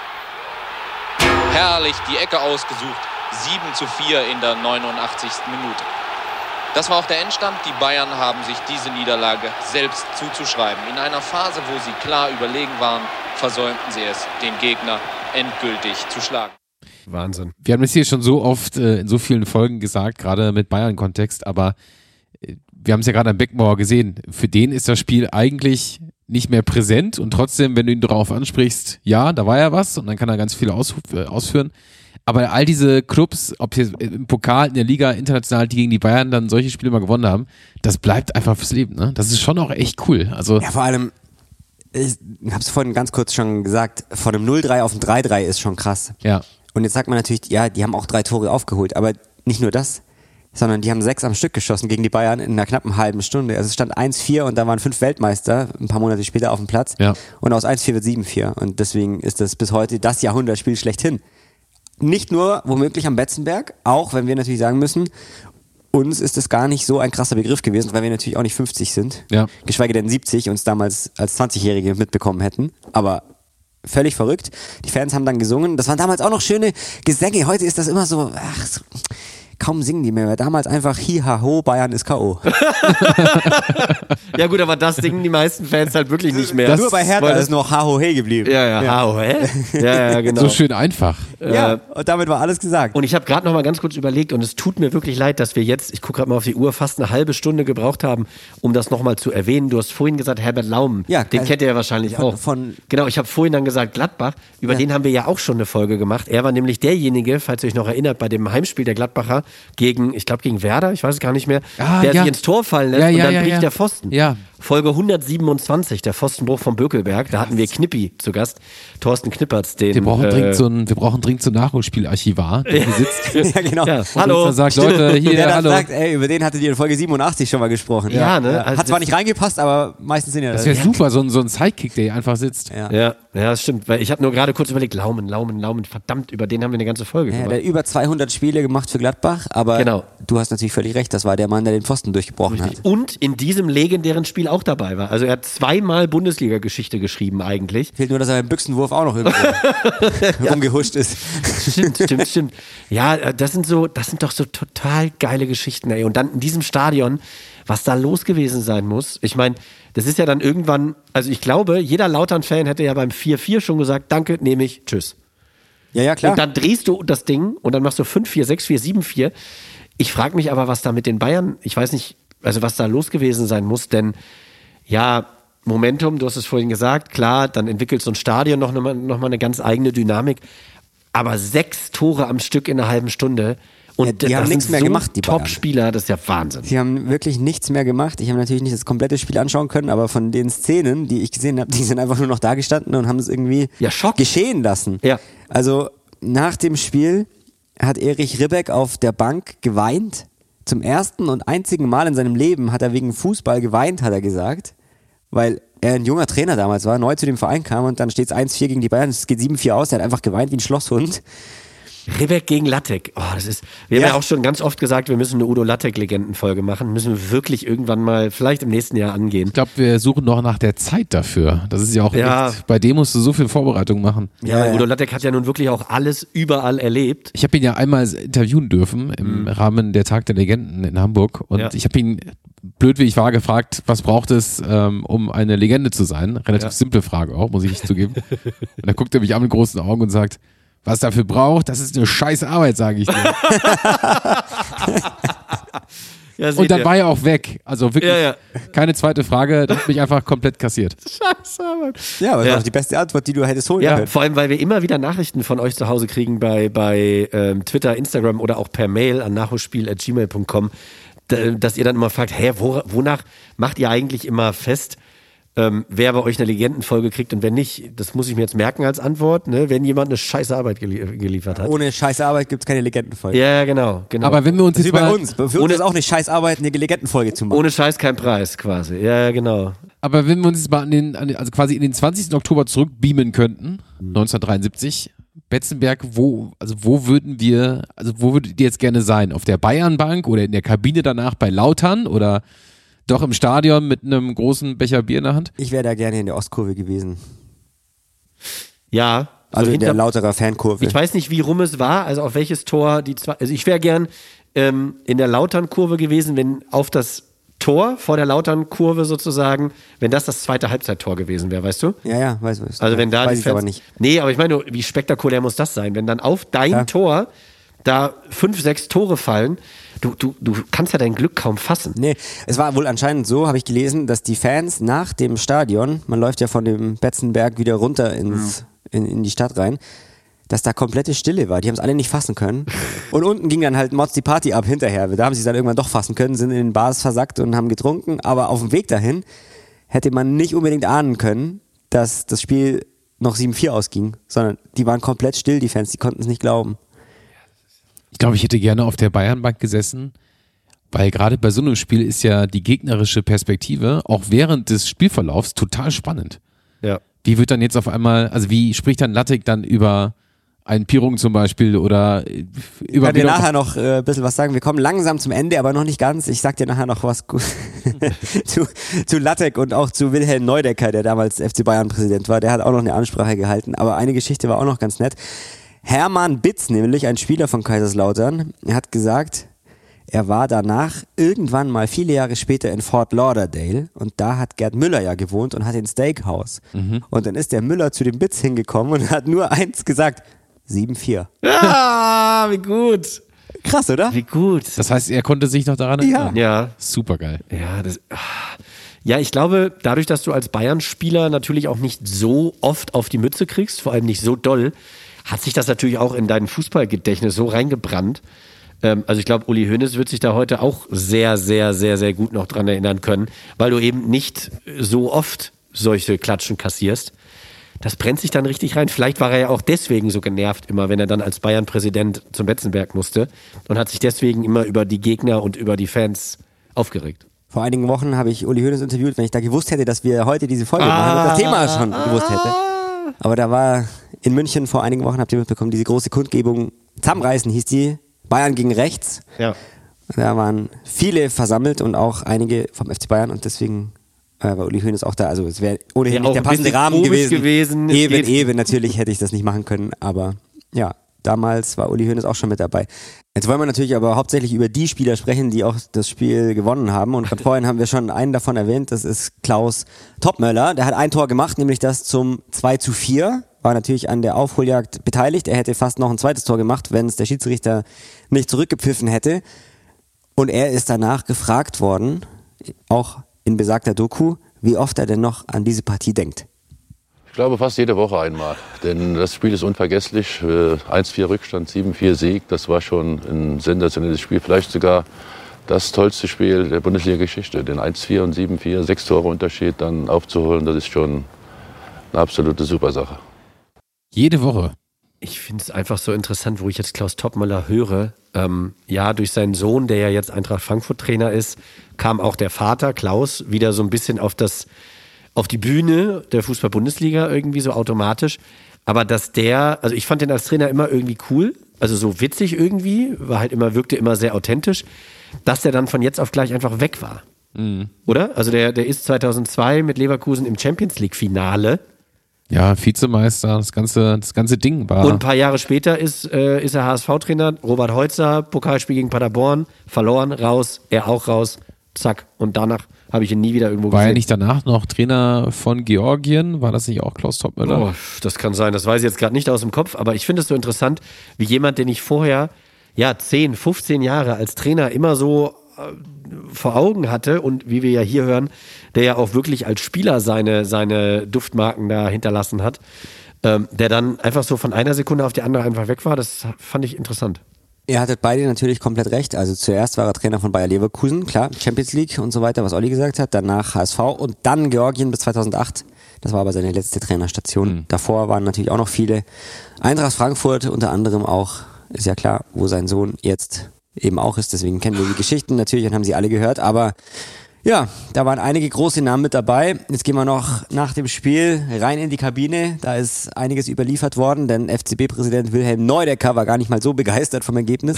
Herrlich die Ecke ausgesucht. 7:4 in der 89. Minute. Das war auch der Endstand. Die Bayern haben sich diese Niederlage selbst zuzuschreiben. In einer Phase, wo sie klar überlegen waren, versäumten sie es, den Gegner endgültig zu schlagen. Wahnsinn. Wir haben es hier schon so oft in so vielen Folgen gesagt, gerade mit Bayern-Kontext, aber wir haben es ja gerade am Beckenbauer gesehen. Für den ist das Spiel eigentlich nicht mehr präsent und trotzdem, wenn du ihn darauf ansprichst, ja, da war ja was und dann kann er ganz viel ausführen. Aber all diese Clubs, ob hier im Pokal, in der Liga, international, die gegen die Bayern dann solche Spiele mal gewonnen haben, das bleibt einfach fürs Leben. Ne? Das ist schon auch echt cool. Also ja, vor allem, ich habe es vorhin ganz kurz schon gesagt, von einem 0-3 auf ein 3-3 ist schon krass. Ja. Und jetzt sagt man natürlich, ja, die haben auch 3 Tore aufgeholt, aber nicht nur das, sondern die haben 6 am Stück geschossen gegen die Bayern in einer knappen halben Stunde. Also es stand 1-4 und da waren 5 Weltmeister ein paar Monate später auf dem Platz. Ja. Und aus 1-4 wird 7-4. Und deswegen ist das bis heute das Jahrhundertspiel schlechthin. Nicht nur womöglich am Betzenberg, auch wenn wir natürlich sagen müssen, uns ist das gar nicht so ein krasser Begriff gewesen, weil wir natürlich auch nicht 50 sind. Ja. Geschweige denn 70 uns damals als 20-Jährige mitbekommen hätten. Aber völlig verrückt. Die Fans haben dann gesungen. Das waren damals auch noch schöne Gesänge. Heute ist das immer so, kaum singen die mehr. Damals einfach Hi-Ha-Ho, Bayern ist K.O. Ja gut, aber das singen die meisten Fans halt wirklich nicht mehr. Nur bei Hertha ist noch Ha-Ho-Hey geblieben. Ja, Ha-Ho-Hey. Ja, genau. So schön einfach. Ja, und damit war alles gesagt. Und ich habe gerade noch mal ganz kurz überlegt und es tut mir wirklich leid, dass wir jetzt, ich gucke gerade mal auf die Uhr, fast eine halbe Stunde gebraucht haben, um das nochmal zu erwähnen. Du hast vorhin gesagt, Herbert Laumen, ja, den kennt ihr ja wahrscheinlich auch. Genau, ich habe vorhin dann gesagt, Gladbach, über den haben wir ja auch schon eine Folge gemacht. Er war nämlich derjenige, falls ihr euch noch erinnert, bei dem Heimspiel der Gladbacher gegen, ich glaube gegen Werder, ich weiß es gar nicht mehr, der sich ins Tor fallen lässt und dann bricht der Pfosten. Ja. Folge 127, der Pfostenbruch vom Bökelberg, da hatten wir Knippi zu Gast, Thorsten Knippertz, den... Wir brauchen dringend so ein Nachholspielarchivar, der hier sitzt. Ja, genau. Ja, hallo. Sagt, Leute, hier, der dann hallo. sagt, ey, über den hattet ihr in Folge 87 schon mal gesprochen. Ja, ne? Also hat zwar nicht reingepasst, aber meistens sind ja das. Das wäre super, so ein Sidekick, der hier einfach sitzt. Ja, das stimmt, weil ich habe nur gerade kurz überlegt, Laumen, verdammt, über den haben wir eine ganze Folge gemacht. Der hat über 200 Spiele gemacht für Gladbach, aber du hast natürlich völlig recht, das war der Mann, der den Pfosten durchgebrochen hat. Und in diesem legendären Spiel auch dabei war. Also er hat 2-mal Bundesliga-Geschichte geschrieben eigentlich. Fehlt nur, dass er beim Büchsenwurf auch noch irgendwo rumgehuscht ist. Stimmt. Ja, das sind doch so total geile Geschichten, ey. Und dann in diesem Stadion, was da los gewesen sein muss. Ich meine, das ist ja dann irgendwann, also ich glaube, jeder Lautern-Fan hätte ja beim 4-4 schon gesagt, danke, nehme ich, tschüss. Ja, klar. Und dann drehst du das Ding und dann machst du 5-4, 6-4, 7-4. Ich frage mich aber, was da mit den Bayern, ich weiß nicht, also was da los gewesen sein muss, denn ja, Momentum, du hast es vorhin gesagt, klar, dann entwickelt so ein Stadion noch mal eine ganz eigene Dynamik, aber 6 Tore am Stück in einer halben Stunde und die haben nichts mehr gemacht, die Top-Spieler, das ist ja Wahnsinn. Sie haben wirklich nichts mehr gemacht. Ich habe natürlich nicht das komplette Spiel anschauen können, aber von den Szenen, die ich gesehen habe, die sind einfach nur noch da gestanden und haben es irgendwie geschehen lassen. Ja. Also nach dem Spiel hat Erich Ribbeck auf der Bank geweint. Zum ersten und einzigen Mal in seinem Leben hat er wegen Fußball geweint, hat er gesagt. Weil er ein junger Trainer damals war, neu zu dem Verein kam und dann steht es 1-4 gegen die Bayern. Es geht 7-4 aus. Er hat einfach geweint wie ein Schlosshund. Ribbeck gegen Lattek. Oh, wir haben ja auch schon ganz oft gesagt, wir müssen eine Udo Lattek-Legendenfolge machen. Müssen wir wirklich irgendwann mal, vielleicht im nächsten Jahr angehen. Ich glaube, wir suchen noch nach der Zeit dafür. Das ist ja auch echt, bei dem musst du so viel Vorbereitung machen. Ja, Udo Lattek hat ja nun wirklich auch alles überall erlebt. Ich habe ihn ja einmal interviewen dürfen im Rahmen der Tag der Legenden in Hamburg und ich habe ihn, blöd wie ich war, gefragt, was braucht es, um eine Legende zu sein? Relativ simple Frage auch, muss ich zugeben. Und dann guckt er mich an mit großen Augen und sagt, was dafür braucht, das ist eine scheiß Arbeit, sage ich dir. Und dann war er auch weg. Also wirklich keine zweite Frage, das hat mich einfach komplett kassiert. Scheiß Arbeit. Ja, aber das war auch die beste Antwort, die du hättest holen können. Vor allem, weil wir immer wieder Nachrichten von euch zu Hause kriegen bei Twitter, Instagram oder auch per Mail an nachholspiel@gmail.com, dass ihr dann immer fragt, wonach macht ihr eigentlich immer fest, wer bei euch eine Legendenfolge kriegt und wenn nicht, das muss ich mir jetzt merken als Antwort, ne, wenn jemand eine scheiße Arbeit geliefert hat. Ohne scheiße Arbeit gibt es keine Legendenfolge. Ja, genau. Aber wenn wir uns jetzt bei uns. Für uns ist auch eine scheiß Arbeit, eine Legendenfolge zu machen. Ohne Scheiß kein Preis quasi. Ja, genau. Aber wenn wir uns jetzt mal also quasi in den 20. Oktober zurückbeamen könnten, 1973, Betzenberg, wo würdet ihr jetzt gerne sein? Auf der Bayernbank oder in der Kabine danach bei Lautern oder doch im Stadion mit einem großen Becher Bier in der Hand? Ich wäre da gerne in der Ostkurve gewesen. Ja. Also in der Lauterer Fankurve. Ich weiß nicht, wie rum es war, also auf welches Tor also ich wäre gern in der Lautern-Kurve gewesen, wenn auf das Tor vor der Lautern-Kurve sozusagen, wenn das zweite Halbzeittor gewesen wäre, weißt du? Ja, weiß. Also wenn da weiß ich aber nicht. Nee, aber ich meine, wie spektakulär muss das sein, wenn dann auf dein Tor da 5, 6 Tore fallen, du kannst ja dein Glück kaum fassen. Nee, es war wohl anscheinend so, habe ich gelesen, dass die Fans nach dem Stadion, man läuft ja von dem Betzenberg wieder runter in die Stadt rein, dass da komplette Stille war. Die haben es alle nicht fassen können. Und unten ging dann halt Mods die Party ab hinterher. Da haben sie es dann irgendwann doch fassen können, sind in den Bars versackt und haben getrunken. Aber auf dem Weg dahin hätte man nicht unbedingt ahnen können, dass das Spiel noch 7-4 ausging, sondern die waren komplett still, die Fans, die konnten es nicht glauben. Ich glaube, ich hätte gerne auf der Bayernbank gesessen, weil gerade bei so einem Spiel ist ja die gegnerische Perspektive auch während des Spielverlaufs total spannend. Ja. Wie wird dann jetzt auf einmal, also wie spricht dann Lattek dann über einen Pirung zum Beispiel oder über... Ich kann dir nachher noch ein bisschen was sagen. Wir kommen langsam zum Ende, aber noch nicht ganz. Ich sag dir nachher noch was zu Lattek und auch zu Wilhelm Neudecker, der damals FC Bayern-Präsident war. Der hat auch noch eine Ansprache gehalten, aber eine Geschichte war auch noch ganz nett. Hermann Bitz, nämlich ein Spieler von Kaiserslautern, er hat gesagt, er war danach irgendwann mal viele Jahre später in Fort Lauderdale und da hat Gerd Müller ja gewohnt und hat ein Steakhouse. Und dann ist der Müller zu dem Bitz hingekommen und hat nur eins gesagt, 7-4. Ah, wie gut. Krass, oder? Wie gut. Das heißt, er konnte sich noch daran erinnern? Ja. Supergeil. Ja, ich glaube, dadurch, dass du als Bayern-Spieler natürlich auch nicht so oft auf die Mütze kriegst, vor allem nicht so doll, hat sich das natürlich auch in dein Fußballgedächtnis so reingebrannt. Also ich glaube, Uli Hoeneß wird sich da heute auch sehr, sehr, sehr, sehr gut noch dran erinnern können, weil du eben nicht so oft solche Klatschen kassierst. Das brennt sich dann richtig rein. Vielleicht war er ja auch deswegen so genervt immer, wenn er dann als Bayern-Präsident zum Betzenberg musste und hat sich deswegen immer über die Gegner und über die Fans aufgeregt. Vor einigen Wochen habe ich Uli Hoeneß interviewt, wenn ich da gewusst hätte, dass wir heute diese Folge machen und das Thema schon gewusst hätte. Aber da war in München vor einigen Wochen, habt ihr mitbekommen, diese große Kundgebung, Zusammenreißen hieß die, Bayern gegen rechts. Ja. Da waren viele versammelt und auch einige vom FC Bayern und deswegen Weil Uli Hoeneß auch da, also es wäre ohnehin nicht auch der ein passende bisschen Rahmen komisch gewesen. gewesen. Eben, natürlich hätte ich das nicht machen können, aber ja, damals war Uli Hoeneß auch schon mit dabei. Jetzt wollen wir natürlich aber hauptsächlich über die Spieler sprechen, die auch das Spiel gewonnen haben. Und vorhin haben wir schon einen davon erwähnt, das ist Klaus Toppmöller. Der hat ein Tor gemacht, nämlich das zum 2:4. War natürlich an der Aufholjagd beteiligt. Er hätte fast noch ein zweites Tor gemacht, wenn es der Schiedsrichter nicht zurückgepfiffen hätte. Und er ist danach gefragt worden, auch in besagter Doku, wie oft er denn noch an diese Partie denkt. Ich glaube fast jede Woche einmal, denn das Spiel ist unvergesslich. 1:4 Rückstand, 7:4 Sieg, das war schon ein sensationelles Spiel, vielleicht sogar das tollste Spiel der Bundesliga-Geschichte. Den 1:4 und 7:4, 6 Tore Unterschied dann aufzuholen, das ist schon eine absolute Supersache. Jede Woche. Ich finde es einfach so interessant, wo ich jetzt Klaus Toppmöller höre. Ja, durch seinen Sohn, der ja jetzt Eintracht Frankfurt-Trainer ist, kam auch der Vater, Klaus, wieder so ein bisschen auf die Bühne der Fußball-Bundesliga irgendwie so automatisch. Aber dass also ich fand den als Trainer immer irgendwie cool, also so witzig irgendwie, wirkte immer sehr authentisch, dass der dann von jetzt auf gleich einfach weg war. Mhm. Oder? Also der ist 2002 mit Leverkusen im Champions-League-Finale. Ja, Vizemeister, das ganze Ding war. Und ein paar Jahre später ist er HSV-Trainer, Robert Heutzer, Pokalspiel gegen Paderborn, verloren, raus, er auch raus, zack. Und danach habe ich ihn nie wieder irgendwo gesehen. War er nicht danach noch Trainer von Georgien? War das nicht auch Klaus Toppmöller? Oh, das kann sein, das weiß ich jetzt gerade nicht aus dem Kopf, aber ich finde es so interessant, wie jemand, den ich vorher 10, 15 Jahre als Trainer immer so vor Augen hatte und wie wir ja hier hören, der ja auch wirklich als Spieler seine Duftmarken da hinterlassen hat, der dann einfach so von einer Sekunde auf die andere einfach weg war, das fand ich interessant. Ihr hattet beide natürlich komplett recht. Also zuerst war er Trainer von Bayer Leverkusen, klar, Champions League und so weiter, was Olli gesagt hat, danach HSV und dann Georgien bis 2008. Das war aber seine letzte Trainerstation. Davor waren natürlich auch noch viele. Eintracht Frankfurt unter anderem auch, ist ja klar, wo sein Sohn jetzt eben auch ist, deswegen kennen wir die Geschichten natürlich und haben sie alle gehört, aber ja, da waren einige große Namen mit dabei. Jetzt gehen wir noch nach dem Spiel rein in die Kabine, da ist einiges überliefert worden, denn FCB-Präsident Wilhelm Neudecker war gar nicht mal so begeistert vom Ergebnis.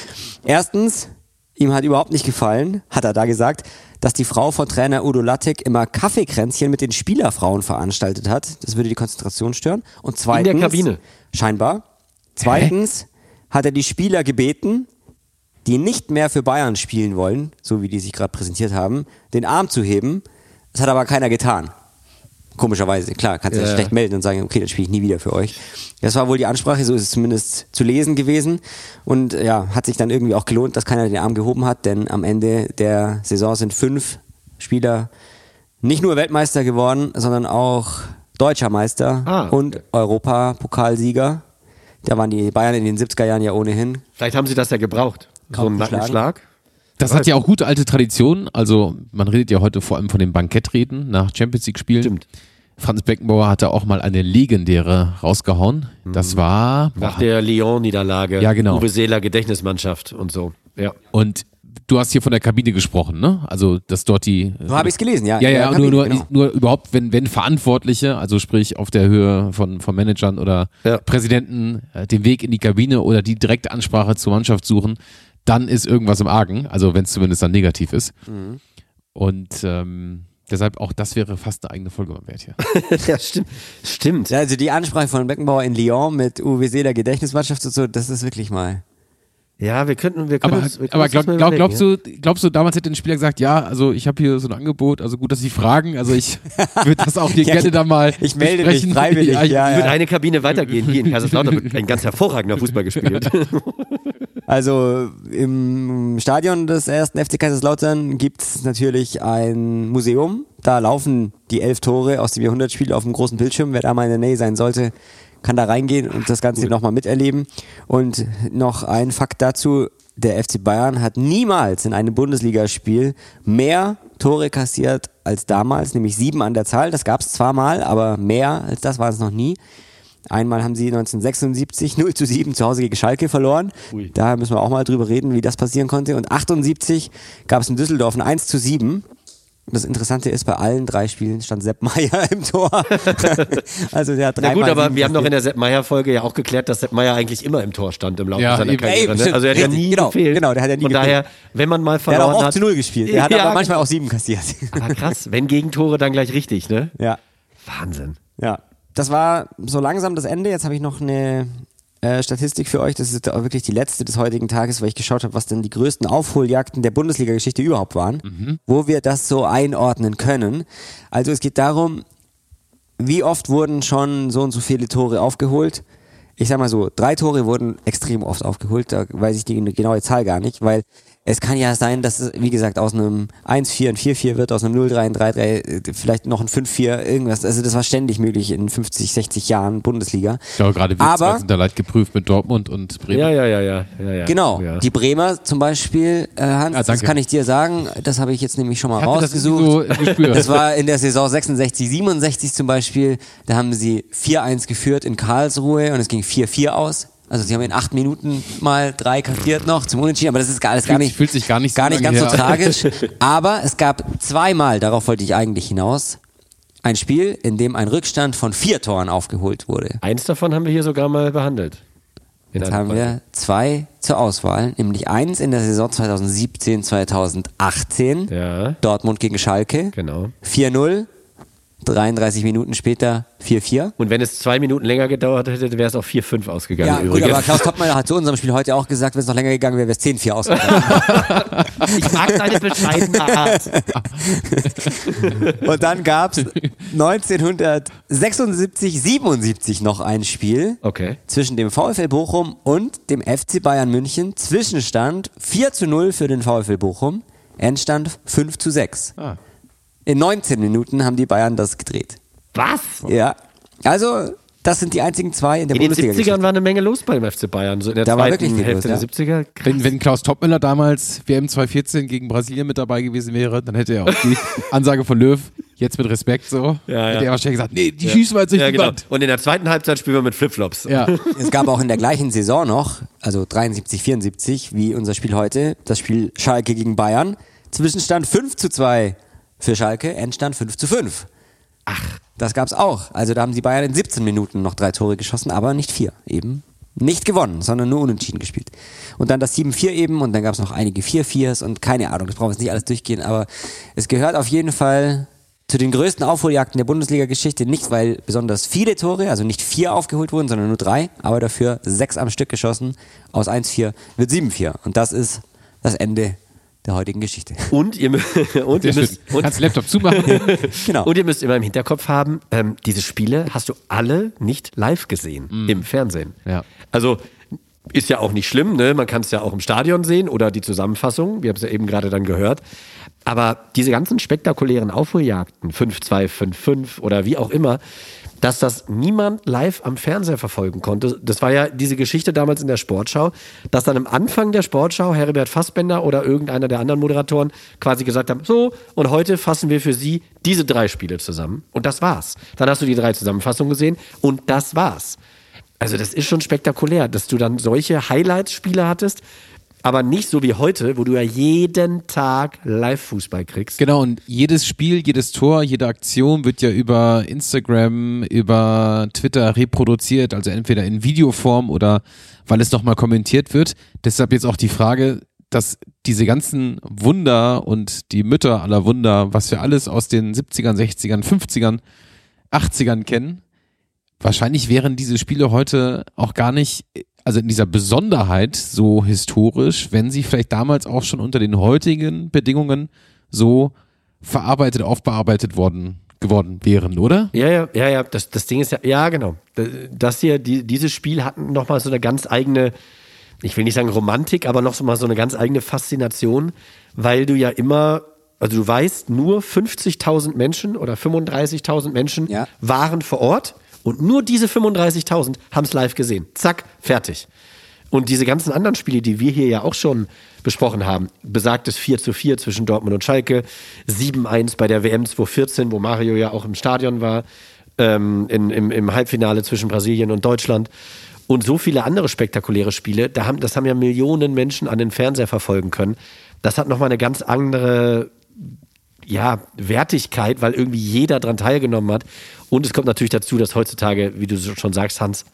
Erstens, ihm hat überhaupt nicht gefallen, hat er da gesagt, dass die Frau von Trainer Udo Lattek immer Kaffeekränzchen mit den Spielerfrauen veranstaltet hat. Das würde die Konzentration stören. Und zweitens, in der Kabine? Scheinbar. Zweitens hat er die Spieler gebeten, die nicht mehr für Bayern spielen wollen, so wie die sich gerade präsentiert haben, den Arm zu heben. Das hat aber keiner getan. Komischerweise, klar, kannst du das schlecht melden und sagen, okay, dann spiele ich nie wieder für euch. Das war wohl die Ansprache, so ist es zumindest zu lesen gewesen. Und ja, hat sich dann irgendwie auch gelohnt, dass keiner den Arm gehoben hat, denn am Ende der Saison sind 5 Spieler nicht nur Weltmeister geworden, sondern auch Deutscher Meister und Europapokalsieger. Da waren die Bayern in den 70er Jahren ja ohnehin. Vielleicht haben sie das ja gebraucht. So ein Nackenschlag. Das hat ja auch gute alte Tradition. Also man redet ja heute vor allem von den Bankettreden nach Champions League Spielen. Stimmt. Franz Beckenbauer hatte auch mal eine legendäre rausgehauen. Das war nach der Lyon-Niederlage. Ja, genau. Uwe Seeler Gedächtnismannschaft und so. Ja. Und du hast hier von der Kabine gesprochen, ne? Also dass dort die. So habe ich es gelesen, ja. Ja, nur überhaupt, wenn Verantwortliche, also sprich auf der Höhe von Managern oder Präsidenten den Weg in die Kabine oder die direkte Ansprache zur Mannschaft suchen, dann ist irgendwas im Argen, also wenn es zumindest dann negativ ist. Mhm. Und deshalb auch das wäre fast eine eigene Folge wert hier. Ja, stimmt. Ja, also die Ansprache von Beckenbauer in Lyon mit Uwe Seeler Gedächtnismannschaft und so, das ist wirklich mal. Ja, wir können aber glaubst du, damals hätte ein Spieler gesagt, ja, also ich habe hier so ein Angebot, also gut, dass Sie fragen, also ich würde das auch hier gerne da mal ich melde mich freiwillig. Ich würde eine Kabine weitergehen, hier in Kaiserslautern wird ein ganz hervorragender Fußball gespielt. Also im Stadion des 1. FC Kaiserslautern gibt es natürlich ein Museum, da laufen die 11 Tore aus dem Jahrhundertspiel auf dem großen Bildschirm, wer da mal in der Nähe sein sollte, kann da reingehen und das Ganze nochmal miterleben. Und noch ein Fakt dazu, der FC Bayern hat niemals in einem Bundesligaspiel mehr Tore kassiert als damals, nämlich 7 an der Zahl. Das gab es zwar mal, aber mehr als das war es noch nie. Einmal haben sie 1976 0:7 zu Hause gegen Schalke verloren. Ui. Da müssen wir auch mal drüber reden, wie das passieren konnte. Und 78 gab es in Düsseldorf ein 1:7. Das Interessante ist, bei allen 3 Spielen stand Sepp Maier im Tor. Also der hat 3 Na gut, aber wir haben doch in der Sepp Maier-Folge ja auch geklärt, dass Sepp Maier eigentlich immer im Tor stand im Laufe seiner Karriere. Ne? Also er hat ja nie gefehlt. Genau, der hat ja nie Von gefehlt. daher, wenn man mal verloren hat... Der hat auch 8-0 gespielt. Der hat aber manchmal auch 7 kassiert. Aber krass, wenn Gegentore, dann gleich richtig, ne? Ja. Wahnsinn. Ja. Das war so langsam das Ende. Jetzt habe ich noch eine Statistik für euch. Das ist auch wirklich die letzte des heutigen Tages, weil ich geschaut habe, was denn die größten Aufholjagden der Bundesliga-Geschichte überhaupt waren, wo wir das so einordnen können. Also es geht darum, wie oft wurden schon so und so viele Tore aufgeholt. Ich sag mal so, 3 Tore wurden extrem oft aufgeholt. Da weiß ich die genaue Zahl gar nicht, weil es kann ja sein, dass es, wie gesagt, aus einem 1-4 ein 4-4 wird, aus einem 0-3 ein 3-3, vielleicht noch ein 5-4, irgendwas. Also das war ständig möglich in 50, 60 Jahren Bundesliga. Ja, gerade wir zwei sind da leicht geprüft mit Dortmund und Bremen. Ja. Genau, die Bremer zum Beispiel, Hans, das kann ich dir sagen, das habe ich jetzt nämlich schon mal rausgesucht. Das war in der Saison 66, 67 zum Beispiel, da haben sie 4-1 geführt in Karlsruhe und es ging 4-4 aus. Also sie haben in 8 Minuten mal 3 kassiert noch zum Unentschieden, aber das ist alles fühlt sich gar nicht ganz so tragisch. Aber es gab 2-mal, darauf wollte ich eigentlich hinaus, ein Spiel, in dem ein Rückstand von 4 Toren aufgeholt wurde. Eins davon haben wir hier sogar mal behandelt. Jetzt haben wir 2 zur Auswahl, nämlich 1 in der Saison 2017, 2018. Ja. Dortmund gegen Schalke. Genau. 4-0. 33 Minuten später 4-4. Und wenn es 2 Minuten länger gedauert hätte, wäre es auch 4-5 ausgegangen. Ja, übrigens. Gut, aber Klaus Toppmeier hat zu unserem Spiel heute auch gesagt, wenn es noch länger gegangen wäre, wäre es 10-4 ausgegangen. Ich mag deine bescheidene Art. Und dann gab es 1976, 77 noch ein Spiel zwischen dem VfL Bochum und dem FC Bayern München. Zwischenstand 4-0 für den VfL Bochum, Endstand 5-6. In 19 Minuten haben die Bayern das gedreht. Was? Ja. Also, das sind die einzigen 2 in der Bundesliga. In den 70ern war eine Menge los beim FC Bayern. So in der zweiten Hälfte der 70er. Wenn Klaus Toppmöller damals WM 2014 gegen Brasilien mit dabei gewesen wäre, dann hätte er auch die Ansage von Löw, jetzt mit Respekt so, hätte er wahrscheinlich gesagt, nee, die schießen wir jetzt nicht die Wand. Und in der zweiten Halbzeit spielen wir mit Flipflops. Ja. Es gab auch in der gleichen Saison noch, also 73, 74, wie unser Spiel heute, das Spiel Schalke gegen Bayern. Zwischenstand 5-2 für Schalke, Endstand 5-5. Ach. Das gab's auch. Also da haben die Bayern in 17 Minuten noch 3 Tore geschossen, aber nicht 4. Eben nicht gewonnen, sondern nur unentschieden gespielt. Und dann das 7-4 eben und dann gab's noch einige 4-4s und keine Ahnung, das brauchen wir jetzt nicht alles durchgehen, aber es gehört auf jeden Fall zu den größten Aufholjagden der Bundesliga-Geschichte. Nicht, weil besonders viele Tore, also nicht 4 aufgeholt wurden, sondern nur 3, aber dafür 6 am Stück geschossen. Aus 1-4 wird 7-4. Und das ist das Ende der heutigen Geschichte. Und ihr müsst kannst Laptop zumachen. Genau. Und ihr müsst immer im Hinterkopf haben, diese Spiele hast du alle nicht live gesehen im Fernsehen. Ja. Also ist ja auch nicht schlimm, ne? Man kann es ja auch im Stadion sehen oder die Zusammenfassung, wir haben es ja eben gerade dann gehört. Aber diese ganzen spektakulären Aufholjagden, 5-2, 5-5 oder wie auch immer, dass das niemand live am Fernseher verfolgen konnte. Das war ja diese Geschichte damals in der Sportschau, dass dann am Anfang der Sportschau Heribert Fassbender oder irgendeiner der anderen Moderatoren quasi gesagt haben, so, und heute fassen wir für Sie diese 3 Spiele zusammen. Und das war's. Dann hast du die 3 Zusammenfassungen gesehen und das war's. Also das ist schon spektakulär, dass du dann solche Highlights-Spiele hattest, aber nicht so wie heute, wo du ja jeden Tag Live-Fußball kriegst. Genau, und jedes Spiel, jedes Tor, jede Aktion wird ja über Instagram, über Twitter reproduziert, also entweder in Videoform oder weil es nochmal kommentiert wird. Deshalb jetzt auch die Frage, dass diese ganzen Wunder und die Mütter aller Wunder, was wir alles aus den 70ern, 60ern, 50ern, 80ern kennen, wahrscheinlich wären diese Spiele heute auch gar nicht, also in dieser Besonderheit so historisch, wenn sie vielleicht damals auch schon unter den heutigen Bedingungen so verarbeitet, aufbearbeitet geworden wären, oder? Ja, das Ding ist ja, genau. Das hier, dieses Spiel hat nochmal so eine ganz eigene, ich will nicht sagen Romantik, aber noch mal so eine ganz eigene Faszination, weil du ja immer, also du weißt, nur 50.000 Menschen oder 35.000 Menschen waren vor Ort. Und nur diese 35.000 haben es live gesehen. Zack, fertig. Und diese ganzen anderen Spiele, die wir hier ja auch schon besprochen haben, besagtes 4-4 zwischen Dortmund und Schalke, 7-1 bei der WM 2014, wo Mario ja auch im Stadion war, im Halbfinale zwischen Brasilien und Deutschland und so viele andere spektakuläre Spiele, das haben ja Millionen Menschen an den Fernseher verfolgen können. Das hat nochmal eine ganz andere Wertigkeit, weil irgendwie jeder dran teilgenommen hat. Und es kommt natürlich dazu, dass heutzutage, wie du schon sagst, Hans,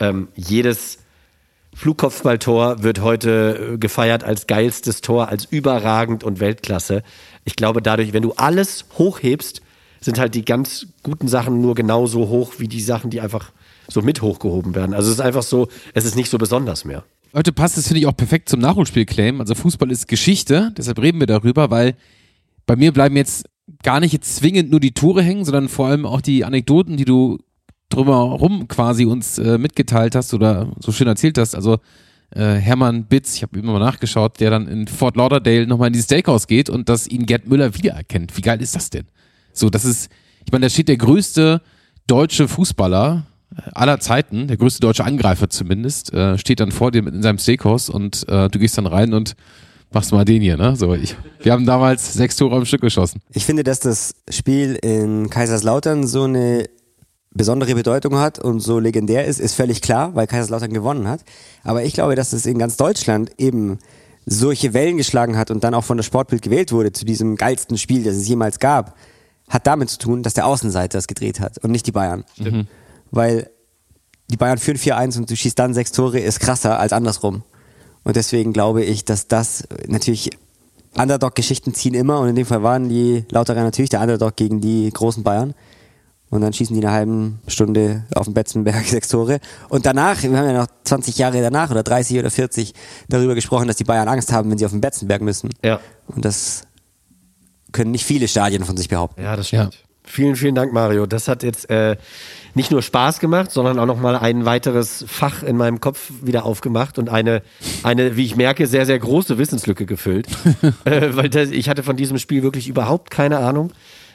jedes Flugkopfballtor wird heute gefeiert als geilstes Tor, als überragend und Weltklasse. Ich glaube dadurch, wenn du alles hochhebst, sind halt die ganz guten Sachen nur genauso hoch wie die Sachen, die einfach so mit hochgehoben werden. Also es ist einfach so, es ist nicht so besonders mehr. Heute passt es, finde ich, auch perfekt zum Nachholspiel-Claim. Also Fußball ist Geschichte, deshalb reden wir darüber, weil bei mir bleiben jetzt gar nicht jetzt zwingend nur die Tore hängen, sondern vor allem auch die Anekdoten, die du drumherum quasi uns mitgeteilt hast oder so schön erzählt hast. Also Hermann Bitz, ich habe immer mal nachgeschaut, der dann in Fort Lauderdale nochmal in die Steakhouse geht und dass ihn Gerd Müller wiedererkennt. Wie geil ist das denn? So, das ist, ich meine, da steht der größte deutsche Fußballer aller Zeiten, der größte deutsche Angreifer zumindest, steht dann vor dir in seinem Steakhouse und du gehst dann rein und machst mal den hier, ne? So, wir haben damals 6 Tore am Stück geschossen. Ich finde, dass das Spiel in Kaiserslautern so eine besondere Bedeutung hat und so legendär ist völlig klar, weil Kaiserslautern gewonnen hat. Aber ich glaube, dass es in ganz Deutschland eben solche Wellen geschlagen hat und dann auch von der Sportbild gewählt wurde zu diesem geilsten Spiel, das es jemals gab, hat damit zu tun, dass der Außenseiter es gedreht hat und nicht die Bayern. Stimmt. Weil die Bayern führen 4-1 und du schießt dann 6 Tore, ist krasser als andersrum. Und deswegen glaube ich, dass das natürlich Underdog-Geschichten ziehen immer und in dem Fall waren die Lauterer natürlich der Underdog gegen die großen Bayern. Und dann schießen die in einer halben Stunde auf dem Betzenberg 6 Tore. Und danach, wir haben ja noch 20 Jahre danach oder 30 oder 40 darüber gesprochen, dass die Bayern Angst haben, wenn sie auf den Betzenberg müssen. Ja. Und das können nicht viele Stadien von sich behaupten. Ja, das stimmt. Ja. Vielen, vielen Dank, Mario. Das hat jetzt nicht nur Spaß gemacht, sondern auch nochmal ein weiteres Fach in meinem Kopf wieder aufgemacht und eine, wie ich merke, sehr, sehr große Wissenslücke gefüllt. Weil ich hatte von diesem Spiel wirklich überhaupt keine Ahnung.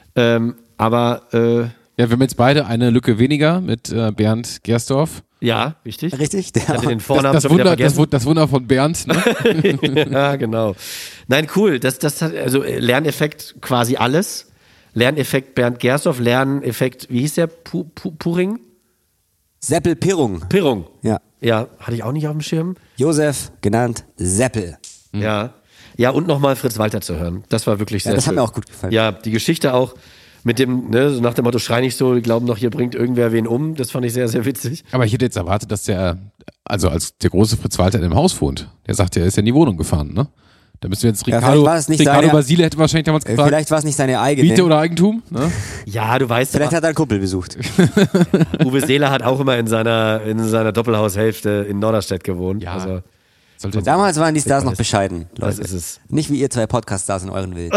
Ja, wir haben jetzt beide eine Lücke weniger mit Bernd Gersdorf. Ja, richtig. Richtig. Ich hatte den Vornamen das schon wieder vergessen. Das Wunder von Bernd. Ne? Ja, genau. Nein, cool. Das hat also Lerneffekt quasi alles. Lerneffekt Bernd Gersdorf, Lerneffekt, wie hieß der? Puring? Seppel Pirrung. Pirrung. Ja. Ja, hatte ich auch nicht auf dem Schirm. Josef, genannt Seppel. Ja. Ja, und nochmal Fritz Walter zu hören. Das war wirklich sehr das schön. Hat mir auch gut gefallen. Ja, die Geschichte auch mit dem, ne, so nach dem Motto, schrei nicht so, die glauben doch, hier bringt irgendwer wen um. Das fand ich sehr, sehr witzig. Aber ich hätte jetzt erwartet, dass als der große Fritz Walter in dem Haus wohnt. Der sagt, er ist ja in die Wohnung gefahren, ne? Da müssen wir jetzt Ricardo Basile hätte wahrscheinlich damals gefragt. Vielleicht war es nicht seine eigene. Miete oder Eigentum? Ne? Ja, du weißt. Vielleicht hat er einen Kumpel besucht. Uwe Seeler hat auch immer in seiner Doppelhaushälfte in Norderstedt gewohnt. Ja. Also, damals waren die Stars noch bescheiden, Leute. Das ist es. Nicht wie ihr 2 Podcast-Stars in euren Welt.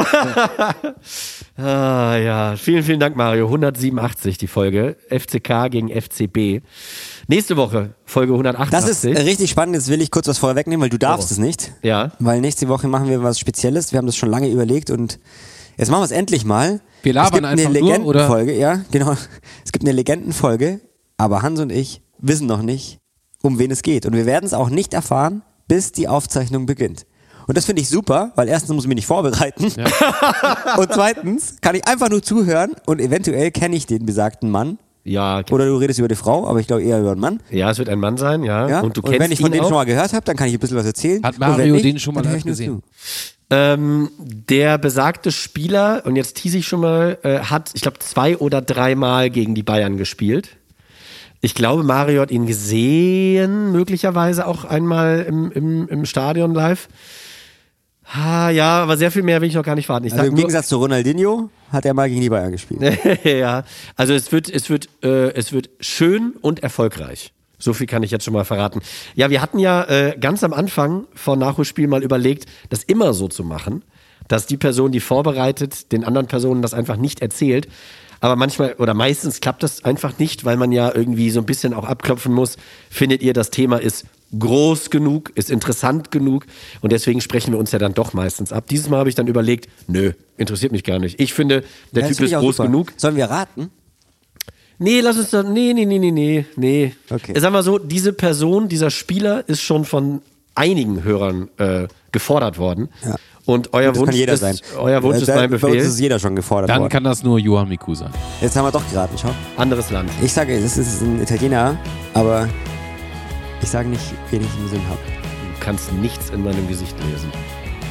Ja, vielen, vielen Dank, Mario. 187 die Folge. FCK gegen FCB. Nächste Woche, Folge 188. Das ist richtig spannend. Jetzt will ich kurz was vorwegnehmen, weil du darfst es nicht. Ja. Weil nächste Woche machen wir was Spezielles. Wir haben das schon lange überlegt und jetzt machen wir es endlich mal. Wir labern einfach nur, oder? Folge, ja, genau. Es gibt eine Legendenfolge, aber Hans und ich wissen noch nicht, um wen es geht. Und wir werden es auch nicht erfahren, bis die Aufzeichnung beginnt. Und das finde ich super, weil erstens muss ich mich nicht vorbereiten und zweitens kann ich einfach nur zuhören und eventuell kenne ich den besagten Mann. Ja. Oder du redest über die Frau, aber ich glaube eher über einen Mann. Ja, es wird ein Mann sein, ja. Und du kennst ihn. Und wenn ich von denen schon mal gehört habe, dann kann ich ein bisschen was erzählen. Hat Mario den schon mal live gesehen? Der besagte Spieler, und jetzt tease ich schon mal, hat, ich glaube, 2 oder 3 Mal gegen die Bayern gespielt. Ich glaube, Mario hat ihn gesehen, möglicherweise auch einmal im Stadion live. Ja, aber sehr viel mehr will ich noch gar nicht verraten. Also im Gegensatz zu Ronaldinho hat er mal gegen die Bayern gespielt. Ja, also es wird schön und erfolgreich. So viel kann ich jetzt schon mal verraten. Ja, wir hatten ja ganz am Anfang von Nachholspiel mal überlegt, das immer so zu machen, dass die Person, die vorbereitet, den anderen Personen das einfach nicht erzählt. Aber manchmal oder meistens klappt das einfach nicht, weil man ja irgendwie so ein bisschen auch abklopfen muss. Findet ihr, das Thema ist groß genug, ist interessant genug? Und deswegen sprechen wir uns ja dann doch meistens ab. Dieses Mal habe ich dann überlegt, nö, interessiert mich gar nicht. Ich finde, der Typ ist groß genug. Sollen wir raten? Nee, lass uns doch, nee. Okay. Sagen wir so, diese Person, dieser Spieler ist schon von einigen Hörern gefordert worden. Ja. Und euer Wunsch ist mein Befehl. Bei uns ist jeder schon gefordert worden. Dann kann das nur Johann Miku sein. Jetzt haben wir doch geraten, schau. Anderes Land. Ich sage, das ist ein Italiener, aber ich sage nicht, wen ich im Sinn habe. Du kannst nichts in meinem Gesicht lesen.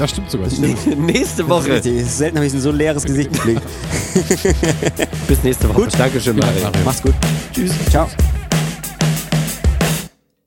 Das stimmt sogar. Nächste Woche. Selten habe ich so ein leeres Gesicht geblickt. Bis nächste Woche. Gut. Dankeschön, Mario. Mach's gut. Tschüss. Ciao.